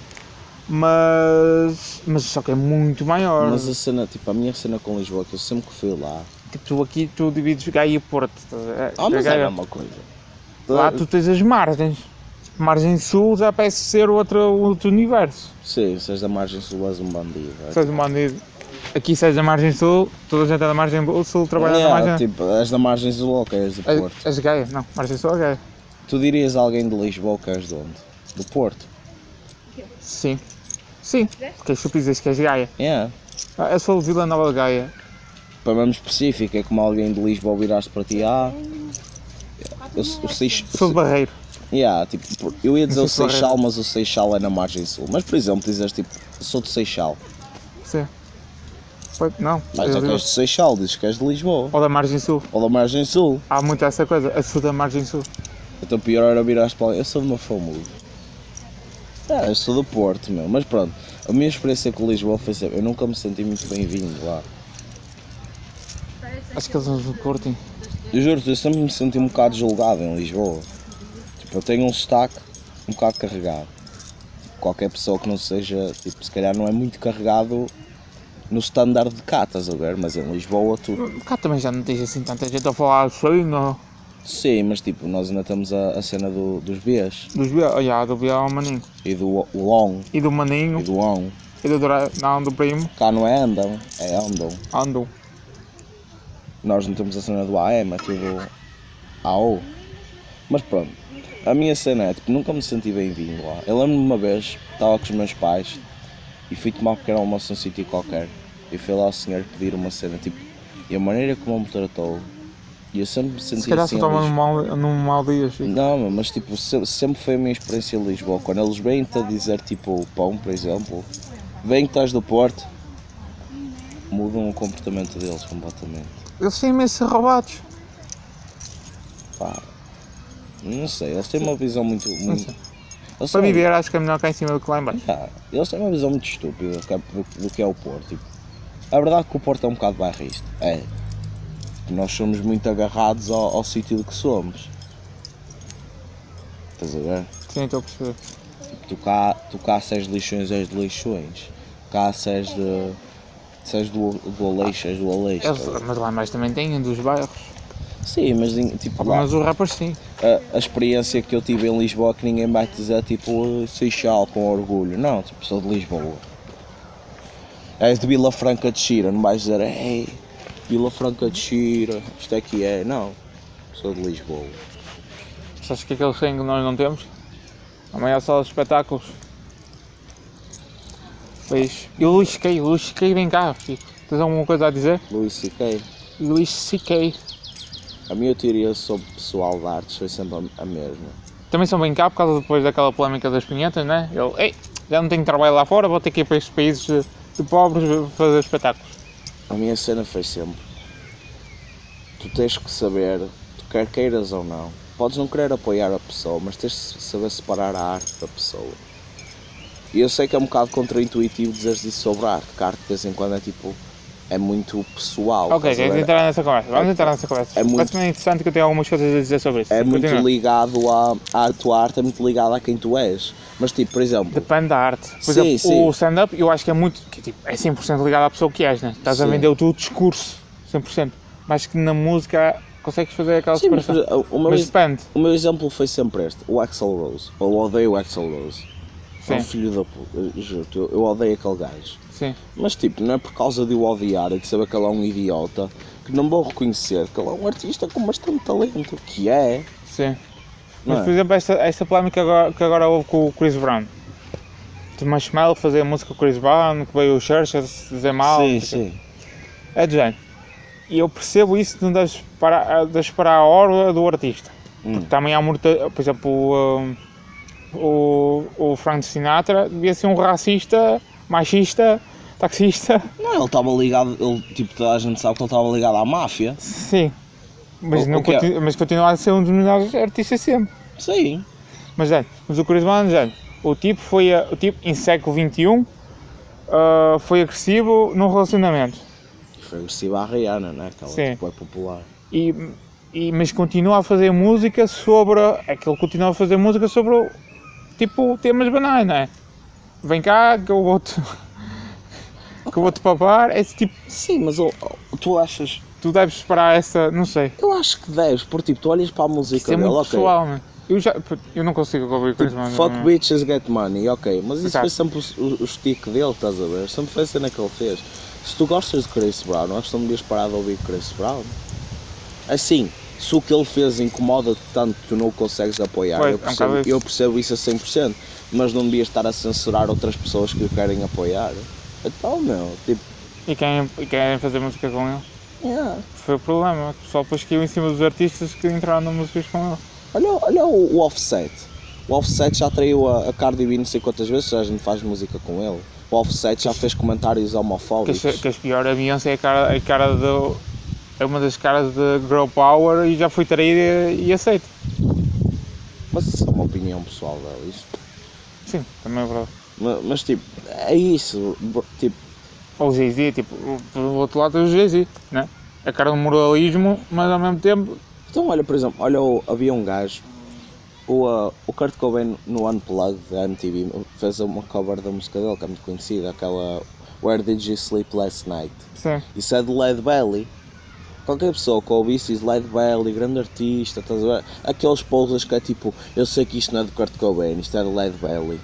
Speaker 4: Mas, mas só que é muito maior.
Speaker 3: Mas a cena, tipo, a minha cena com Lisboa, que eu sempre que fui lá...
Speaker 4: Tipo, tu aqui tu divides Gaia e Porto. Tá?
Speaker 3: Ah, mas é
Speaker 4: Gaia,
Speaker 3: a mesma coisa.
Speaker 4: lá tu tens as margens. Tipo, margem sul já parece ser outro, outro universo.
Speaker 3: Sim, se és da margem sul és um bandido. É?
Speaker 4: Se és um bandido. Aqui se és da margem sul, toda a gente é da margem sul, trabalha
Speaker 3: Yeah,
Speaker 4: na margem...
Speaker 3: tipo, és da margem sul ou que és do
Speaker 4: És,
Speaker 3: Porto?
Speaker 4: és de Gaia? Não, margem sul é Gaia.
Speaker 3: Tu dirias a alguém de Lisboa que és de onde? Do Porto?
Speaker 4: Sim. Sim, porque se tu dizes que és de Gaia.
Speaker 3: Yeah.
Speaker 4: Ah, eu sou de Vila Nova de Gaia.
Speaker 3: Para mesmo específico, é como alguém de Lisboa viraste para ti, ah... Eu, eu sei,
Speaker 4: Sou de Barreiro.
Speaker 3: yeah, tipo, eu ia dizer
Speaker 4: Não
Speaker 3: o
Speaker 4: sei se
Speaker 3: Seixal, mas o Seixal é na margem sul. Mas, por exemplo, dizes tipo, eu sou de Seixal.
Speaker 4: Sim. Pois, não.
Speaker 3: Mas é que és de Seixal, dizes que és de Lisboa.
Speaker 4: Ou da margem sul.
Speaker 3: Ou da margem sul.
Speaker 4: Há muito essa coisa, eu sou da margem sul.
Speaker 3: Então pior era viraste para alguém, eu sou de uma famudo. É, eu sou do Porto, meu. Mas pronto, a minha experiência com Lisboa foi sempre, eu nunca me senti muito bem-vindo lá.
Speaker 4: Acho que eles não curtem.
Speaker 3: Eu juro-te, eu sempre me senti um bocado julgado em Lisboa. Tipo, eu tenho um sotaque um bocado carregado. Tipo, qualquer pessoa que não seja, tipo, se calhar não é muito carregado no standard de cá, estás a ver? Mas em Lisboa tu...
Speaker 4: Cá também já não tens assim tanta gente a falar assim, não?
Speaker 3: Sim, mas tipo, nós ainda temos a, a cena do, dos Bs.
Speaker 4: Dos Bia, olha, do Bia ao Maninho.
Speaker 3: E do Long.
Speaker 4: E do Maninho.
Speaker 3: E do On.
Speaker 4: E do Dra... Não, do Primo.
Speaker 3: Cá não é andam, é andam.
Speaker 4: Andam.
Speaker 3: Nós não temos a cena do A M, é tudo A O. Mas pronto, a minha cena é, tipo, nunca me senti bem-vindo lá. Eu lembro-me uma vez, estava com os meus pais e fui tomar um pequeno almoço num sítio qualquer. E fui lá ao senhor pedir uma cena, tipo, e a maneira como ele me tratou, e eu sempre me senti
Speaker 4: Se calhar
Speaker 3: assim
Speaker 4: só estava
Speaker 3: em
Speaker 4: num
Speaker 3: Lisboa.
Speaker 4: mau, num mau dia, Chico.
Speaker 3: Não, mas tipo, se- sempre foi a minha experiência em Lisboa. Quando eles vêm-te a dizer, tipo, pão, por exemplo, vêm que estás do Porto, mudam o comportamento deles completamente.
Speaker 4: Eles têm imensos roubados.
Speaker 3: Pá, não sei, eles têm uma visão muito... muito
Speaker 4: sei.
Speaker 3: eles
Speaker 4: Para
Speaker 3: são-
Speaker 4: viver acho que é melhor cá em cima do que lá em baixo.
Speaker 3: Ah, eles têm uma visão muito estúpida do que é, do, do que é o Porto. Tipo, a verdade é que o Porto é um bocado bairrista. É. Nós somos muito agarrados ao, ao sítio de que somos. Estás a ver?
Speaker 4: Sim, estou a perceber.
Speaker 3: Tipo, tu cá, tu cá se és de Leixões, és de Leixões. Cá se és de... se és do, do Aleixo, és do Aleixo.
Speaker 4: Eles,
Speaker 3: estás a ver?
Speaker 4: mas lá em baixo também têm, dos bairros.
Speaker 3: Sim, mas em- tipo, lá,
Speaker 4: Mas os rappers sim.
Speaker 3: a, a experiência que eu tive em Lisboa, que ninguém vai te dizer tipo Seixal com orgulho. Não, tipo, sou de Lisboa. És de Vila Franca de Xira, não vais dizer, ei, Vila Franca de Xira, isto é que é. Não, sou de Lisboa.
Speaker 4: Sabes o que é que eles têm que nós não temos? A maior sala de espetáculos. Pois. E o Luís C K, o Luís C K vem cá, filho. Tens alguma coisa a dizer?
Speaker 3: Luís C K.
Speaker 4: Luís C K.
Speaker 3: A minha teoria sobre pessoal de artes foi sempre a, a mesma.
Speaker 4: Também são bem cá por causa depois daquela polémica das pinhetas, né? Ele, ei, já não tenho trabalho lá fora, vou ter que ir para estes países de, de pobres fazer espetáculos.
Speaker 3: A minha cena foi sempre, tu tens que saber, tu quer queiras ou não, podes não querer apoiar a pessoa, mas tens de saber separar a arte da pessoa. E eu sei que é um bocado contraintuitivo dizer isso sobre a arte, que a arte de vez em quando é tipo, é muito pessoal.
Speaker 4: Ok,
Speaker 3: estás a
Speaker 4: queres
Speaker 3: ver?
Speaker 4: entrar nessa conversa? Vamos entrar nessa conversa.
Speaker 3: É muito-
Speaker 4: Parece-me interessante que eu tenho algumas coisas a dizer sobre isso.
Speaker 3: É muito
Speaker 4: Continua.
Speaker 3: ligado à, à tua arte, é muito ligado a quem tu és. Mas tipo, por exemplo,
Speaker 4: Depende da arte. Por
Speaker 3: Sim,
Speaker 4: exemplo,
Speaker 3: sim.
Speaker 4: o stand-up eu acho que é muito. Que, tipo, é cem por cento ligado à pessoa que és, né? Estás a
Speaker 3: Sim.
Speaker 4: vender o teu discurso, cem por cento. Mas que na música consegues fazer aquela
Speaker 3: sim, mas,
Speaker 4: separação.
Speaker 3: o, meu,
Speaker 4: Mas
Speaker 3: ex-
Speaker 4: depende.
Speaker 3: o meu exemplo foi sempre este, o Axl Rose. Eu odeio o Axl Rose. É um
Speaker 4: Sim,
Speaker 3: filho da puta, eu juro-te, eu, eu odeio aquele gajo.
Speaker 4: sim.
Speaker 3: Mas tipo, não é por causa de o odiar e de saber que ele é um idiota que não vou reconhecer que ele é um artista com bastante talento, que é.
Speaker 4: Sim.
Speaker 3: Não
Speaker 4: Mas
Speaker 3: é?
Speaker 4: por exemplo, esta, esta polémica agora, que agora houve com o Chris Brown. De Marshmello fazer a música com o Chris Brown, que veio o Church a dizer mal.
Speaker 3: sim,
Speaker 4: não sei o quê.
Speaker 3: sim.
Speaker 4: É de género. E eu percebo isso de não deves parar, deves parar a hora do artista.
Speaker 3: Hum.
Speaker 4: Porque também há muita. Por exemplo, o, um, o, o Frank Sinatra devia ser um racista, machista, taxista.
Speaker 3: Não, ele estava ligado, ele, tipo, toda a gente sabe que ele estava ligado à máfia.
Speaker 4: Sim. Mas,
Speaker 3: O-
Speaker 4: não
Speaker 3: o que é?
Speaker 4: continu, mas continua a ser um dos melhores artistas sempre.
Speaker 3: Sim.
Speaker 4: Mas, gente, mas o Chris Brown, gente, o tipo foi, a- o tipo em século vinte e um, ah, foi agressivo num relacionamento.
Speaker 3: E foi agressivo à Rihanna, né? Aquela
Speaker 4: Sim.
Speaker 3: tipo é popular.
Speaker 4: E e, mas continua a fazer música sobre, é que ele continua a fazer música sobre, tipo, temas banais, não é? Vem cá que eu vou-te, que eu vou-te papar, é tipo...
Speaker 3: Sim, mas oh, oh, tu achas...
Speaker 4: Tu deves esperar essa, não sei.
Speaker 3: Eu acho que deves, porque tipo, tu olhas para a música
Speaker 4: Isso é
Speaker 3: dele,
Speaker 4: muito
Speaker 3: ok.
Speaker 4: pessoal, mano. Eu, já, eu não consigo ouvir
Speaker 3: Tipo,
Speaker 4: coisas mais.
Speaker 3: fuck
Speaker 4: não.
Speaker 3: bitches get money, ok, mas isso
Speaker 4: Exato.
Speaker 3: foi sempre o, o, o stick dele, estás a ver? Sempre foi a cena que ele fez. Se tu gostas de Chris Brown, acho que não devias parar de ouvir Chris Brown. Assim, se o que ele fez incomoda-te tanto que tu não o consegues apoiar,
Speaker 4: Pois,
Speaker 3: eu, percebo,
Speaker 4: é um
Speaker 3: eu percebo isso a cem por cento, mas não devias estar a censurar outras pessoas que o querem apoiar. Então, meu, tipo...
Speaker 4: E querem, e querem fazer música com ele?
Speaker 3: Yeah.
Speaker 4: Foi o problema, o pessoal depois caiu em cima dos artistas que entraram nas músicas com ele.
Speaker 3: Olha, olha o, o Offset. O Offset já traiu a, a Cardi B não sei quantas vezes, já a gente faz música com ele. O Offset já fez comentários homofóbicos.
Speaker 4: Que, que as pior, a Beyoncé é a cara, a cara do, é uma das caras de Girl Power e já foi traída e, e aceita.
Speaker 3: Mas isso é uma opinião pessoal dela, isso.
Speaker 4: Sim, também é verdade.
Speaker 3: Mas, mas tipo, é isso. Tipo,
Speaker 4: Ou o Jay-Z, tipo, do outro lado tem o Jay-Z, né? A cara do moralismo, mas ao mesmo tempo...
Speaker 3: então olha, por exemplo, olha, o, havia um gajo, o, uh, o Kurt Cobain no Unplugged da M T V fez uma cover da música dele, que é muito conhecida, aquela Where Did You Sleep Last Night?
Speaker 4: Sim.
Speaker 3: Isso é de Led Belly. Qualquer pessoa que ouvisse diz Led Belly, grande artista, estás a ver? Aqueles pousas que é tipo, eu sei que isto não é de Kurt Cobain, isto é de Led Belly.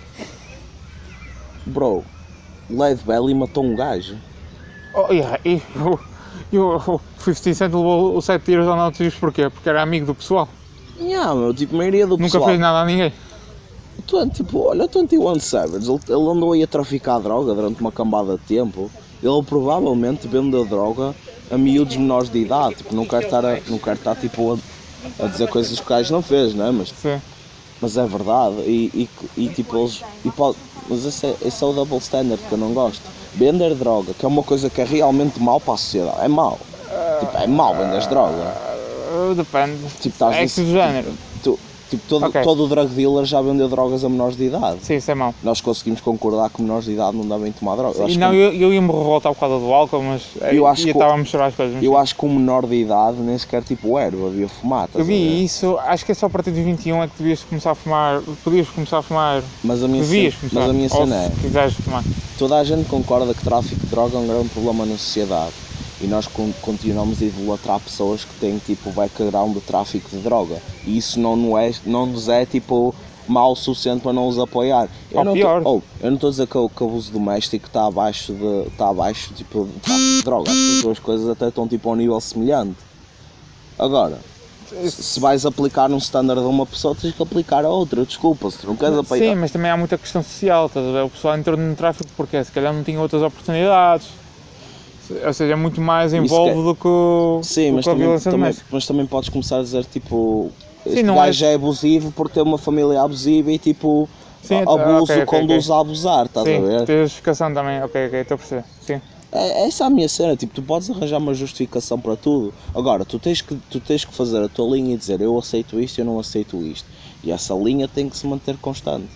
Speaker 3: Bro, Led Belly matou um gajo.
Speaker 4: Oh, e, e, e o cinquenta Cent levou o sete tiros ao Nautilus porquê? Porque era amigo do pessoal.
Speaker 3: Yeah, meu, tipo, a maioria do
Speaker 4: Nunca
Speaker 3: pessoal...
Speaker 4: fez nada a ninguém.
Speaker 3: Tu, tipo, olha o vinte e um Savage, ele, ele andou aí a traficar droga durante uma cambada de tempo. Ele provavelmente vendeu droga a miúdos menores de idade. Tipo, não quero estar, a, não quero estar tipo, a, a dizer coisas que o gajo não fez, não é? Mas,
Speaker 4: Sim.
Speaker 3: mas é verdade. E, e, e tipo, eles... E pode, mas esse é, esse é o double standard que eu não gosto. Vender droga, que é uma coisa que é realmente mau para a sociedade. É mau. Tipo, é mau vender droga.
Speaker 4: Uh, depende.
Speaker 3: Tipo, estás
Speaker 4: É que do género.
Speaker 3: Tu, tipo, todo,
Speaker 4: Ok.
Speaker 3: todo o drug dealer já vendeu drogas a menores de idade.
Speaker 4: Sim, isso é mau.
Speaker 3: Nós conseguimos concordar que menores de idade não devem tomar droga. Eu
Speaker 4: E
Speaker 3: acho
Speaker 4: não,
Speaker 3: que,
Speaker 4: eu, eu ia-me revoltar por causa do álcool, mas
Speaker 3: Eu acho
Speaker 4: eu
Speaker 3: que-
Speaker 4: estava a misturar as coisas. mas
Speaker 3: eu
Speaker 4: sim.
Speaker 3: acho que um menor de idade nem sequer tipo erva, havia fumar.
Speaker 4: Eu
Speaker 3: estás a ver?
Speaker 4: vi isso, acho que é só a partir dos vinte e um é que devias começar a fumar, podias começar a fumar,
Speaker 3: Mas a minha
Speaker 4: devias
Speaker 3: cena,
Speaker 4: começar,
Speaker 3: mas a minha
Speaker 4: ou
Speaker 3: cena é,
Speaker 4: se quiseres fumar.
Speaker 3: toda a gente concorda que tráfico de droga é um grande problema na sociedade. E nós con- continuamos a idolatrar pessoas que têm tipo background de tráfico de droga. E isso não, não, é, não nos é tipo mal o suficiente para não os apoiar. Eu
Speaker 4: Ou
Speaker 3: não
Speaker 4: pior.
Speaker 3: Tô, oh, eu não estou a dizer que o que o abuso doméstico está abaixo de, está abaixo tipo, de tráfico de droga. Acho que as duas coisas até estão tipo a um nível semelhante. Agora, se- se vais aplicar um standard a uma pessoa, tens que aplicar a outra. Desculpa, se tu não queres apoiar.
Speaker 4: Sim, mas também há muita questão social, estás a ver? O pessoal entrou no tráfico porque se calhar não tinha outras oportunidades. Ou seja, é muito mais envolve
Speaker 3: que-
Speaker 4: do que, o-
Speaker 3: Sim,
Speaker 4: do
Speaker 3: mas
Speaker 4: que a
Speaker 3: também,
Speaker 4: violência
Speaker 3: também,
Speaker 4: doméstica.
Speaker 3: mas também podes começar a dizer tipo, este
Speaker 4: Sim, não
Speaker 3: gajo
Speaker 4: é-
Speaker 3: é abusivo por ter uma família abusiva e tipo,
Speaker 4: Sim,
Speaker 3: a-
Speaker 4: ok,
Speaker 3: abuso
Speaker 4: ok,
Speaker 3: conduz
Speaker 4: ok.
Speaker 3: a abusar, estás a
Speaker 4: Sim,
Speaker 3: ver?
Speaker 4: tem a justificação também, ok, ok, estou a perceber. Sim.
Speaker 3: É, essa é a minha cena, tipo, tu podes arranjar uma justificação para tudo. Agora, tu tens que, tu tens que fazer a tua linha e dizer eu aceito isto, eu não aceito isto. E essa linha tem que se manter constante.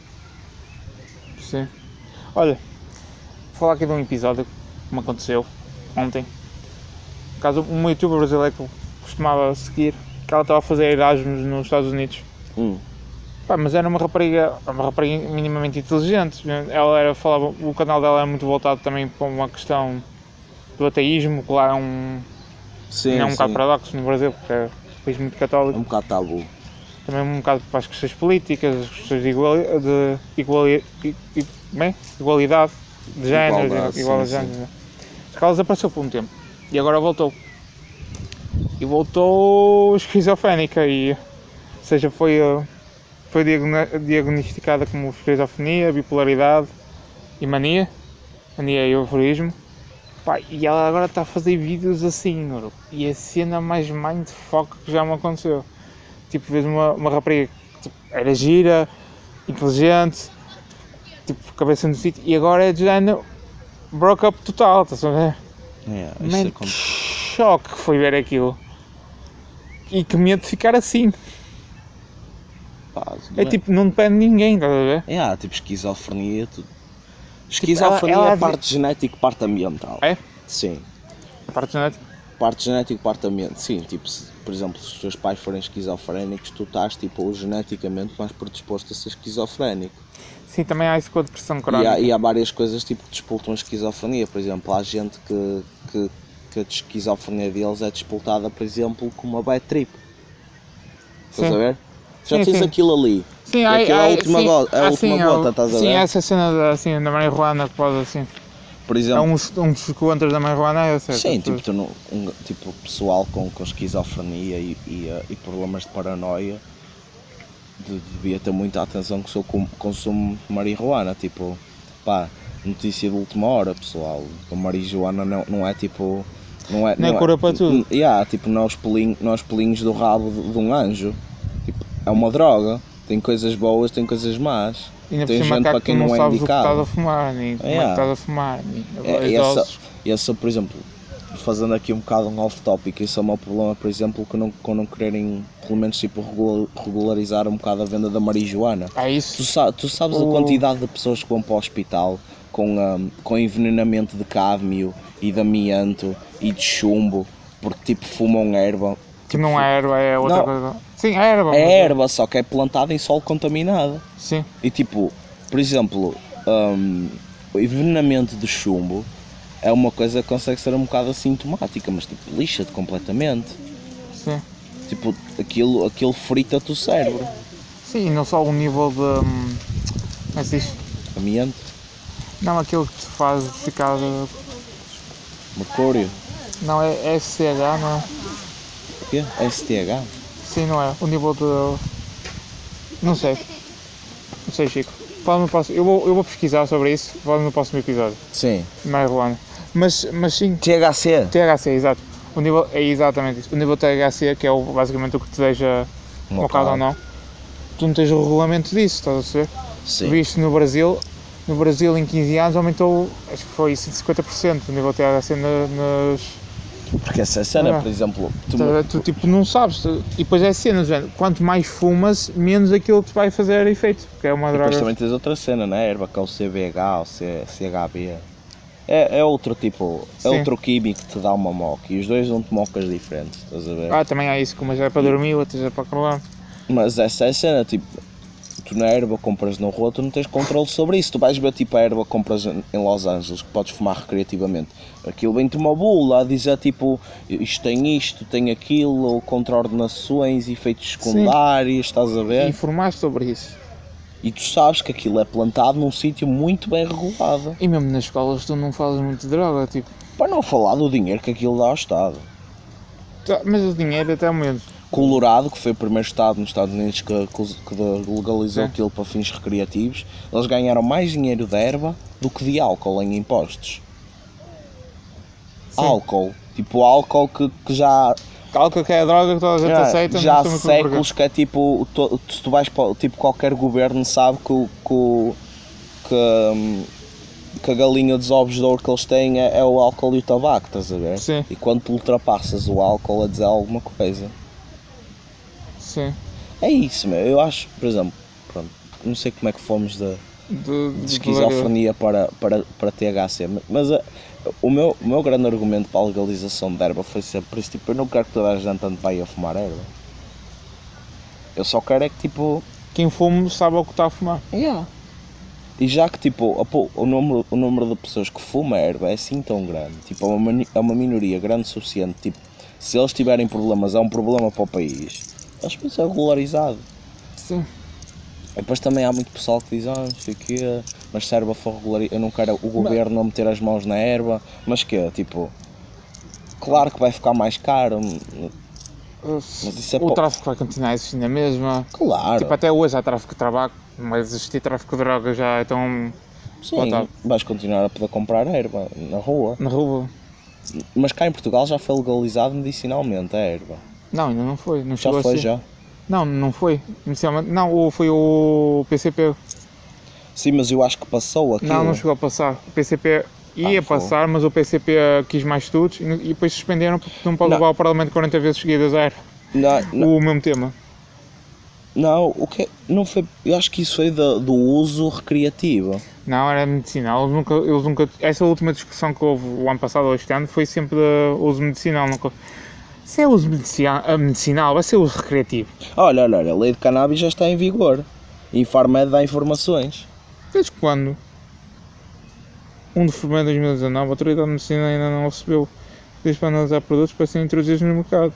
Speaker 4: Sim. Olha, vou falar aqui de um episódio que me aconteceu ontem. Por causa de uma youtuber brasileira que eu costumava seguir, que ela estava a fazer Erasmus nos Estados Unidos.
Speaker 3: Hum.
Speaker 4: Pá, mas era uma rapariga, uma rapariga minimamente inteligente. Ela era, falava, o canal dela era muito voltado também para uma questão do ateísmo, que lá é um,
Speaker 3: Sim,
Speaker 4: é um
Speaker 3: sim.
Speaker 4: bocado paradoxo no Brasil, porque é um país muito
Speaker 3: É
Speaker 4: católico.
Speaker 3: um bocado tabu.
Speaker 4: Também um bocado para as questões políticas, as questões de, iguali, de iguali, i- i- bem? igualdade de géneros,
Speaker 3: Igualdade,
Speaker 4: igualdade de
Speaker 3: sim,
Speaker 4: géneros. Porque ela desapareceu por um tempo e agora voltou. E voltou esquizofrénica e, ou seja, foi, uh, foi diagna- diagnosticada como esquizofrenia, bipolaridade e mania, mania e euforismo. Pá, e ela agora está a fazer vídeos assim, bro. E a cena mais mindfuck que já me aconteceu. Tipo, vês uma, uma rapariga que tipo, era gira, inteligente, tipo, cabeça no sítio, e agora é de género broke up total, estás a ver?
Speaker 3: Yeah, isso
Speaker 4: Man,
Speaker 3: é
Speaker 4: que
Speaker 3: como-
Speaker 4: choque que foi ver aquilo. E que medo de ficar assim.
Speaker 3: pá,
Speaker 4: É tipo, não depende de ninguém, estás a ver?
Speaker 3: Yeah, tipo esquizofrenia, tudo. Esquizofrenia
Speaker 4: ela- ela
Speaker 3: é parte genética e parte ambiental.
Speaker 4: É?
Speaker 3: Sim.
Speaker 4: A parte genética.
Speaker 3: parte genético, parte ambiente. Sim, tipo, se, por exemplo, se os teus pais forem esquizofrénicos, tu estás tipo, geneticamente mais predisposto a ser esquizofrénico.
Speaker 4: Sim, também há isso com a depressão
Speaker 3: E
Speaker 4: crónica.
Speaker 3: há, e há várias coisas tipo, que despoltam a esquizofrenia. Por exemplo, há gente que, que, que a esquizofrenia deles é despoltada, por exemplo, com uma bad trip. Estás
Speaker 4: Sim.
Speaker 3: a ver? Já
Speaker 4: Sim,
Speaker 3: tens
Speaker 4: sim.
Speaker 3: aquilo ali.
Speaker 4: Sim,
Speaker 3: E
Speaker 4: há,
Speaker 3: aquilo
Speaker 4: há,
Speaker 3: é a última,
Speaker 4: sim,
Speaker 3: go- é a
Speaker 4: há,
Speaker 3: última
Speaker 4: sim,
Speaker 3: gota,
Speaker 4: há-
Speaker 3: estás a
Speaker 4: sim,
Speaker 3: ver?
Speaker 4: essa cena da, assim, da marihuana que pode assim.
Speaker 3: Por
Speaker 4: É
Speaker 3: exemplo,
Speaker 4: uns, uns contras da marihuana, é certo.
Speaker 3: sim,
Speaker 4: as
Speaker 3: tipo,
Speaker 4: pessoas-
Speaker 3: tu não, um, tipo pessoal com, com esquizofrenia e, e, uh, e problemas de paranoia de, devia ter muita atenção que o seu com- consumo de marihuana. Tipo, pá, notícia de última hora, pessoal. A marihuana não, não é tipo. Não é,
Speaker 4: Não é
Speaker 3: não
Speaker 4: cura para tudo.
Speaker 3: n- Yeah, tipo, não é os pelinhos, não é os pelinhos do rabo de, de um anjo. Tipo, é uma droga. Tem coisas boas, tem coisas más.
Speaker 4: Ainda por
Speaker 3: Tem
Speaker 4: cima
Speaker 3: gente
Speaker 4: cá
Speaker 3: para
Speaker 4: que
Speaker 3: quem
Speaker 4: tu não
Speaker 3: não é
Speaker 4: sabes o que estás
Speaker 3: indicado.
Speaker 4: a fumar, nem como é que
Speaker 3: Yeah.
Speaker 4: estás a fumar, nem
Speaker 3: É,
Speaker 4: as
Speaker 3: essa,
Speaker 4: doses.
Speaker 3: esse, por exemplo, fazendo aqui um bocado um off-topic, isso é o meu problema, por exemplo, que não, com não quererem, pelo menos, tipo, regula- regularizar um bocado a venda da marihuana.
Speaker 4: É
Speaker 3: Tu,
Speaker 4: isso.
Speaker 3: sa- tu sabes a
Speaker 4: O-
Speaker 3: quantidade de pessoas que vão para o hospital com, um, com envenenamento de cádmio e de amianto e de chumbo, porque, tipo, fumam erva.
Speaker 4: Que não é erva, é outra
Speaker 3: Não.
Speaker 4: coisa. Sim, é erva. mas
Speaker 3: É erva, só que é plantada em solo contaminado.
Speaker 4: Sim,
Speaker 3: E tipo, por exemplo, hum, o envenenamento de chumbo é uma coisa que consegue ser um bocado assintomática, mas tipo, lixa-te completamente.
Speaker 4: sim.
Speaker 3: Tipo, aquilo, aquilo frita-te o cérebro.
Speaker 4: Sim, e não só o nível de. hum, Como é que se diz?
Speaker 3: Amianto,
Speaker 4: Não, aquilo que te faz ficar. uh,
Speaker 3: mercúrio,
Speaker 4: Não, é é S C H, não é?
Speaker 3: o quê? S T H?
Speaker 4: Sim, não é? O nível de. Não sei. Não sei, Chico. Fala no próximo. Eu vou, eu vou pesquisar sobre isso. Fala no próximo episódio.
Speaker 3: Sim.
Speaker 4: Marihuana. Mas, mas sim,
Speaker 3: T H C?
Speaker 4: T H C, exato. O nível, é exatamente isso. O nível T H C, que é o, basicamente o que te deixa mocado ou não. Tu não tens o regulamento disso, estás a perceber?
Speaker 3: Sim.
Speaker 4: Viste no Brasil, no Brasil em quinze anos aumentou, acho que foi cento e cinquenta por cento o nível T H C na, nas...
Speaker 3: Porque essa cena,
Speaker 4: Ah.
Speaker 3: por exemplo, tu,
Speaker 4: Estás a ver? Tu tipo não sabes, tu- e depois é cena, do género, quanto mais fumas, menos aquilo que te vai fazer efeito, porque é uma
Speaker 3: e depois
Speaker 4: droga.
Speaker 3: também tens outra cena, na erva, que é o C B H ou C H B. É, é outro tipo, é
Speaker 4: Sim.
Speaker 3: outro químico que te dá uma moca e os dois dão-te mocas diferentes, estás a ver?
Speaker 4: Ah, também há isso, como é para dormir, outras é para acordar.
Speaker 3: Mas essa é a cena, tipo, tu na erva compras na rua, tu não tens controle sobre isso. Tu vais ver tipo a erva que compras em Los Angeles, que podes fumar recreativamente. Aquilo vem-te uma bula a dizer tipo, isto tem isto, tem aquilo, contraordenações, efeitos secundários, estás a ver?
Speaker 4: Informaste sobre isso.
Speaker 3: E tu sabes que aquilo é plantado num sítio muito bem regulado.
Speaker 4: E mesmo nas escolas tu não fazes muito de droga, tipo,
Speaker 3: Para não falar do dinheiro que aquilo dá ao Estado.
Speaker 4: tá, mas o dinheiro até ao menos.
Speaker 3: Colorado, que foi o primeiro estado nos Estados Unidos que, que legalizou
Speaker 4: Sim.
Speaker 3: aquilo para fins recreativos, eles ganharam mais dinheiro de erva do que de álcool em impostos.
Speaker 4: Sim.
Speaker 3: Álcool, tipo álcool que, que já,
Speaker 4: Álcool que é a droga que toda a gente
Speaker 3: já,
Speaker 4: aceita,
Speaker 3: já há
Speaker 4: não sei muito bem porquê.
Speaker 3: séculos que é tipo, to- se tu vais para, tipo qualquer governo sabe que, o- que, o- que, hum, que a galinha dos ovos de ouro que eles têm é, é o álcool e o tabaco, estás a ver?
Speaker 4: Sim.
Speaker 3: E quando tu ultrapassas o álcool a dizer alguma coisa.
Speaker 4: Sim.
Speaker 3: É isso, meu. Eu acho, por exemplo, pronto, não sei como é que fomos de,
Speaker 4: De,
Speaker 3: de
Speaker 4: de
Speaker 3: esquizofrenia para, para, para T H C, mas a, o, meu, o meu grande argumento para a legalização de erva foi sempre isso, tipo, eu não quero que toda a gente ande para aí a fumar erva. Eu só quero é que, tipo,
Speaker 4: Quem fume sabe o que está a fumar.
Speaker 3: yeah. E já que, tipo, a pô, o, número, o número de pessoas que fumam erva é assim tão grande, tipo, é uma, mani- é uma minoria grande o suficiente, tipo, se eles tiverem problemas, é um problema para o país, eles precisam ser regularizados.
Speaker 4: Sim.
Speaker 3: E depois também há muito pessoal que diz, ah, não sei o quê, mas se a erva for regular, eu não quero o governo não meter as mãos na erva, mas que tipo, claro que vai ficar mais caro, mas isso é
Speaker 4: o
Speaker 3: pô-
Speaker 4: tráfico vai continuar a existir na mesma.
Speaker 3: claro,
Speaker 4: Tipo, até hoje há tráfico de tabaco, mas existir tráfico de droga já é tão
Speaker 3: sim,
Speaker 4: botado.
Speaker 3: vais continuar a poder comprar erva na rua,
Speaker 4: Na rua.
Speaker 3: mas cá em Portugal já foi legalizado medicinalmente a erva,
Speaker 4: Não, ainda não foi. Não
Speaker 3: já
Speaker 4: chegou
Speaker 3: foi
Speaker 4: a ser.
Speaker 3: já.
Speaker 4: Não, não foi. Inicialmente, não, o- foi o P C P.
Speaker 3: Sim, mas eu acho que passou aquilo.
Speaker 4: Não, não chegou a passar. O P C P ia
Speaker 3: Ah, foi.
Speaker 4: passar, mas o P C P quis mais estudos e e depois suspenderam porque não pode
Speaker 3: Não.
Speaker 4: levar ao Parlamento quarenta vezes seguidas a erva.
Speaker 3: Não, não,
Speaker 4: O mesmo tema.
Speaker 3: não, o que não foi, eu acho que isso foi do, do uso recreativo.
Speaker 4: Não, era medicinal. Eles nunca, eles nunca, essa última discussão que houve o ano passado ou este ano foi sempre de uso medicinal. Nunca, se é uso medicinal, medicinal, vai ser uso recreativo.
Speaker 3: Olha, olha, olha, a lei de cannabis já está em vigor. E Farmed dá informações.
Speaker 4: Desde quando? um de fevereiro de dois mil e dezanove, a Autoridade de Medicina ainda não recebeu desde para analisar produtos para serem introduzidos no mercado.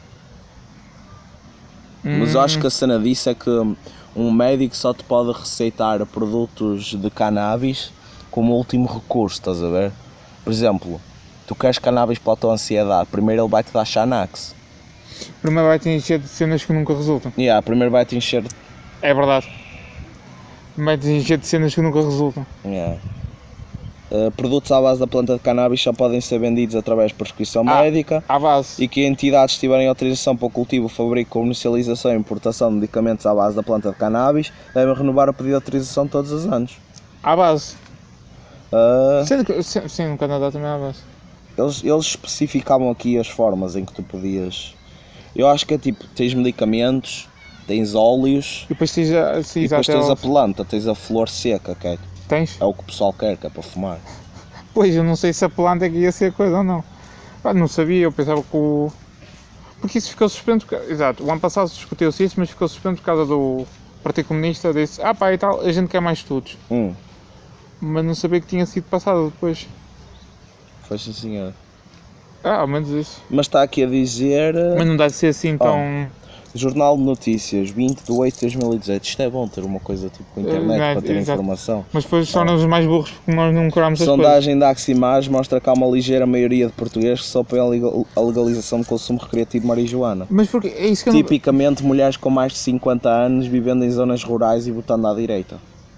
Speaker 3: Mas
Speaker 4: Hum.
Speaker 3: eu acho que a cena disso é que um médico só te pode receitar produtos de cannabis como último recurso, estás a ver? Por exemplo, tu queres cannabis para a tua ansiedade, primeiro ele vai-te dar Xanax.
Speaker 4: Primeiro vai-te encher de cenas que nunca resultam.
Speaker 3: Yeah, primeiro vai-te encher...
Speaker 4: É verdade. Vai-te encher de cenas que nunca resultam.
Speaker 3: Yeah. Uh, produtos à base da planta de cannabis só podem ser vendidos através de prescrição
Speaker 4: Ah.
Speaker 3: médica
Speaker 4: À base.
Speaker 3: e que entidades tiverem autorização para o cultivo, fabrico, comercialização e importação de medicamentos à base da planta de cannabis devem renovar o pedido de autorização todos os anos.
Speaker 4: À base.
Speaker 3: Uh,
Speaker 4: Sendo que, se- sim, no Canadá também à base.
Speaker 3: eles, eles especificavam aqui as formas em que tu podias... Eu acho que é tipo, tens medicamentos, tens óleos
Speaker 4: E depois tens a... Sim,
Speaker 3: e depois
Speaker 4: exato,
Speaker 3: tens
Speaker 4: é
Speaker 3: a
Speaker 4: o-
Speaker 3: planta, tens a flor seca, que é,
Speaker 4: Tens?
Speaker 3: é o que o pessoal quer, que é para fumar.
Speaker 4: Pois, eu não sei se a planta é que ia ser a coisa ou não. Pá, não sabia, eu pensava que o... Porque isso ficou suspenso, porque... Exato, o ano passado discutiu-se isso, mas ficou suspenso por causa do Partido Comunista, disse, ah pá, e tal, a gente quer mais estudos.
Speaker 3: Hum,
Speaker 4: Mas não sabia que tinha sido passado depois.
Speaker 3: foi sim senhor.
Speaker 4: Ah, ao menos isso.
Speaker 3: Mas está aqui a dizer... uh,
Speaker 4: Mas não deve ser assim tão...
Speaker 3: Jornal de Notícias, vinte de oito de dois mil e dezoito. Isto é bom ter uma coisa tipo com a internet
Speaker 4: Eh, não,
Speaker 3: para ter
Speaker 4: exato.
Speaker 3: informação.
Speaker 4: Mas depois torna-nos mais burros porque nós não curamos as coisas.
Speaker 3: Sondagem da Aximage mostra que há uma ligeira maioria de portugueses que só apoiam a legal- a legalização do consumo recreativo de marijuana.
Speaker 4: Mas porque é isso que eu não...
Speaker 3: Tipicamente mulheres com mais de cinquenta anos vivendo em zonas rurais e votando à direita.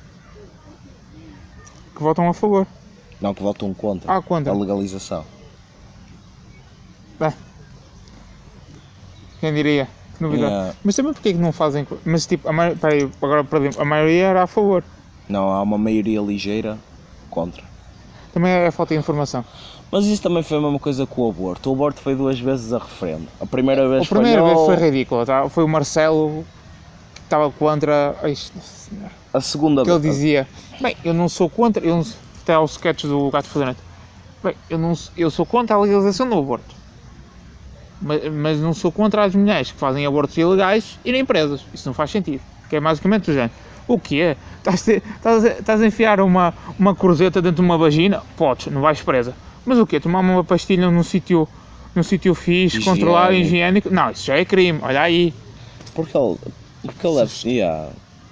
Speaker 4: Que votam a favor.
Speaker 3: Não, que votam contra
Speaker 4: Ah, contra.
Speaker 3: a legalização.
Speaker 4: Quem diria? Que novidade.
Speaker 3: Yeah.
Speaker 4: Mas também porque é que não fazem... co- Mas tipo, a maioria... Peraí, agora perdi a maioria era a favor.
Speaker 3: Não, há uma maioria ligeira contra.
Speaker 4: Também é falta de informação.
Speaker 3: Mas isso também foi a mesma coisa com o aborto. O aborto foi duas vezes a referendo. A primeira vez
Speaker 4: A primeira
Speaker 3: foi
Speaker 4: vez
Speaker 3: no-
Speaker 4: foi ridículo, tá? Foi o Marcelo que estava contra... Ai, senhora.
Speaker 3: A segunda
Speaker 4: Que ele
Speaker 3: vez.
Speaker 4: dizia, bem, eu não sou contra... Eu não... Até ao sketch do Gato Fedorento. Bem, eu, não... eu sou contra a legalização do aborto. Mas, mas não sou contra as mulheres que fazem abortos ilegais irem presas. Isso não faz sentido. Que é basicamente o género. O quê? Estás a, estás a, estás a enfiar uma, uma cruzeta dentro de uma vagina? Podes, não vais presa. Mas o quê? Tomar uma pastilha num sítio num sítio fixe,
Speaker 3: Higiênico.
Speaker 4: controlado, higiênico? Não, isso já é crime. Olha aí.
Speaker 3: Porque ele... Porque ele é... Yeah.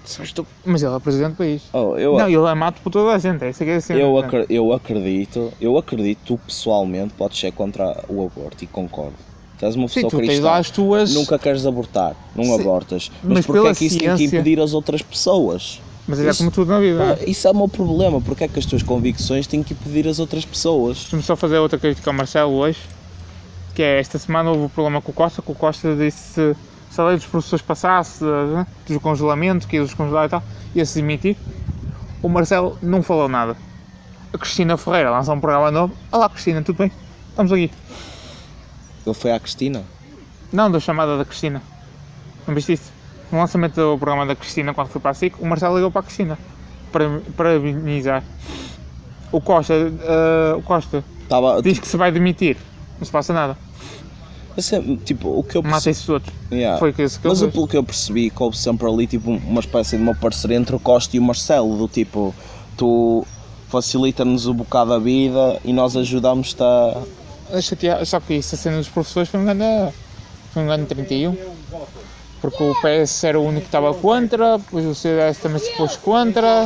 Speaker 4: Mas ele é presidente do país.
Speaker 3: Oh, eu,
Speaker 4: Não, ele é mato por toda a gente. É isso que é assim.
Speaker 3: eu, acre- eu acredito... Eu acredito, tu pessoalmente podes ser contra o aborto e concordo. Tu és uma
Speaker 4: Sim,
Speaker 3: pessoa
Speaker 4: tu tens
Speaker 3: cristã.
Speaker 4: lá as tuas...
Speaker 3: Nunca queres abortar, não
Speaker 4: Sim,
Speaker 3: abortas. Mas,
Speaker 4: mas
Speaker 3: porque
Speaker 4: pela
Speaker 3: é que isso tem que
Speaker 4: ciência-
Speaker 3: impedir as outras pessoas?
Speaker 4: Mas é
Speaker 3: Isso-
Speaker 4: como tudo na vida.
Speaker 3: Pá, isso é o meu problema, porque é que as tuas convicções têm que impedir as outras pessoas?
Speaker 4: Deixa-me só fazer outra crítica ao Marcelo hoje, que é esta semana houve o problema com o Costa, que o Costa disse se a lei dos professores passasse, né, do congelamento, que ia descongelar e tal, ia-se demitir. O Marcelo não falou nada. A Cristina Ferreira lançou um programa novo. Olá Cristina, tudo bem? Estamos aqui.
Speaker 3: Ele foi à Cristina?
Speaker 4: Não, da chamada da Cristina. Não viste isso? No lançamento do programa da Cristina, quando foi para a SIC, o Marcelo ligou para a Cristina para parabenizar. O Costa, eh, o Costa
Speaker 3: Tava,
Speaker 4: diz que se vai demitir. Não se passa nada.
Speaker 3: assim, tipo, o que eu percebi...
Speaker 4: Matem-se todos.
Speaker 3: Yeah.
Speaker 4: Foi que isso que
Speaker 3: Mas
Speaker 4: ele
Speaker 3: o
Speaker 4: fez.
Speaker 3: pelo que eu percebi, que houve sempre ali tipo, uma espécie de uma parceria entre o Costa e o Marcelo, do tipo, tu facilita-nos um bocado a vida e nós ajudamos-te a...
Speaker 4: A chatear- Só que isso, a cena dos professores, foi um grande, foi um grande trinta e um. Porque o P S era o único que estava contra, depois o C D S também se pôs contra.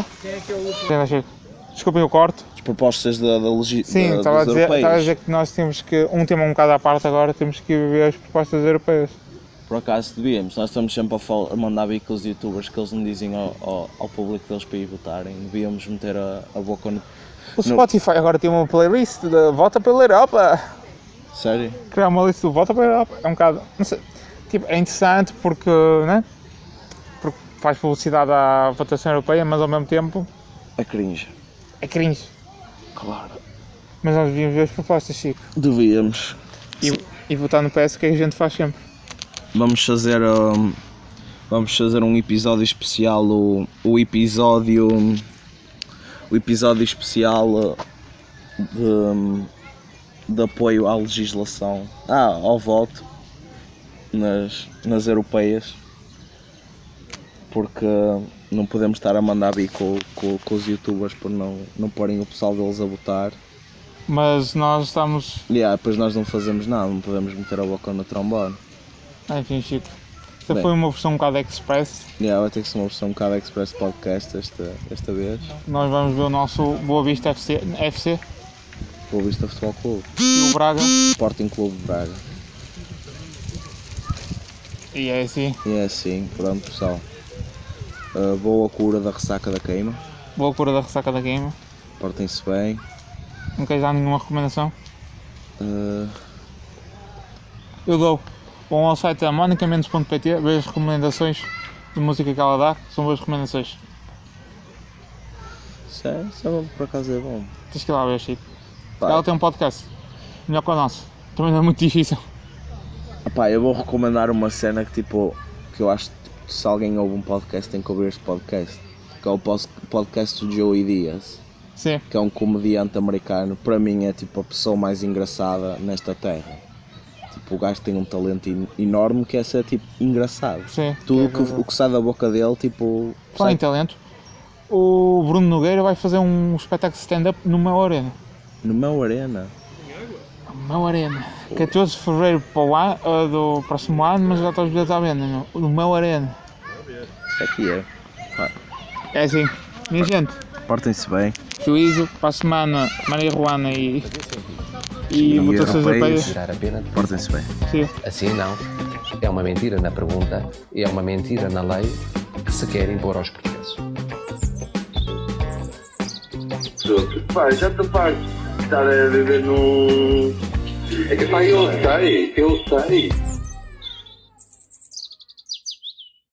Speaker 4: Desculpem o corte.
Speaker 3: as propostas da, da legi...
Speaker 4: Sim,
Speaker 3: da,
Speaker 4: estava a,
Speaker 3: dos
Speaker 4: dizer,
Speaker 3: europeus.
Speaker 4: estava a dizer que nós temos que, um tema um bocado à parte agora, temos que ver as propostas europeias.
Speaker 3: Por acaso devíamos, nós estamos sempre a, fal- a mandar vir com os youtubers que eles não dizem ao, ao, ao público deles para ir votarem, devíamos meter a, a boca no...
Speaker 4: O Spotify agora tem uma playlist de Vota pela Europa.
Speaker 3: Sério?
Speaker 4: Criar uma lista do Vota pela Europa é um bocado, não sei, tipo, é interessante porque, né? Porque faz publicidade à votação europeia, mas ao mesmo tempo
Speaker 3: É cringe.
Speaker 4: é cringe.
Speaker 3: Claro.
Speaker 4: Mas nós devíamos ver as propostas, Chico.
Speaker 3: Devíamos.
Speaker 4: E, e votar no P S, que é que a gente faz sempre.
Speaker 3: Vamos fazer um, vamos fazer um episódio especial, o, o episódio o episódio especial de, de apoio à legislação, ah, ao voto nas, nas europeias, porque não podemos estar a mandar bico com, com os youtubers por não, não porem o pessoal deles a votar.
Speaker 4: Mas nós estamos...
Speaker 3: E yeah, depois nós não fazemos nada, não podemos meter a boca no trombone.
Speaker 4: Enfim, Chico, esta
Speaker 3: Bem.
Speaker 4: foi uma versão um bocado express.
Speaker 3: Yeah, vai ter que ser uma versão um bocado Express Podcast esta, esta vez.
Speaker 4: Nós vamos ver o nosso Boa Vista F C, F C
Speaker 3: Boa Vista Futebol Clube,
Speaker 4: e o Braga.
Speaker 3: Sporting Clube de Braga.
Speaker 4: E é assim,
Speaker 3: E é assim, pronto pessoal. Uh, boa cura da ressaca da queima.
Speaker 4: boa cura da ressaca da queima.
Speaker 3: Portem-se bem.
Speaker 4: Não queres dar nenhuma recomendação?
Speaker 3: Uh,
Speaker 4: Eu dou. Vão ao site da monica mendes ponto pt, vejo as recomendações de música que ela dá, são boas recomendações.
Speaker 3: isso, é, isso é, por acaso é bom.
Speaker 4: Tens que ir lá ver, Chico.
Speaker 3: Pá,
Speaker 4: Ela tem um podcast, melhor que o nosso. Também não é muito difícil.
Speaker 3: Pá, eu vou recomendar uma cena que tipo, que eu acho que se alguém ouve um podcast tem que ouvir este podcast. Que é o pos- podcast do Joey Diaz,
Speaker 4: Sim,
Speaker 3: que é um comediante americano. Para mim é tipo a pessoa mais engraçada nesta terra. Tipo, o gajo tem um talento en- enorme que é ser tipo engraçado.
Speaker 4: sim.
Speaker 3: Tudo que, o que sai da boca dele, tipo.
Speaker 4: Falar em
Speaker 3: sai
Speaker 4: talento, o Bruno Nogueira vai fazer um espetáculo de stand-up no Meu Arena.
Speaker 3: no meu arena.
Speaker 4: Meu Arena. catorze de fevereiro para o ano, uh, do próximo ano, mas já está os bilhetes à venda, meu. No Meu Arena.
Speaker 3: Isso aqui é. Pá,
Speaker 4: É assim, minha gente,
Speaker 3: portem-se bem.
Speaker 4: juízo, para a semana, Maria Ruana e, e
Speaker 3: E
Speaker 4: votações
Speaker 3: europeias.
Speaker 4: europeias.
Speaker 1: Tirar a pena de
Speaker 3: Portem-se bem.
Speaker 4: Sim.
Speaker 1: Assim não. É uma mentira na pergunta e é uma mentira na lei que se quer impor aos portugueses.
Speaker 2: Pá, já estou farto de estar a viver num. É que pá, eu sei, eu sei.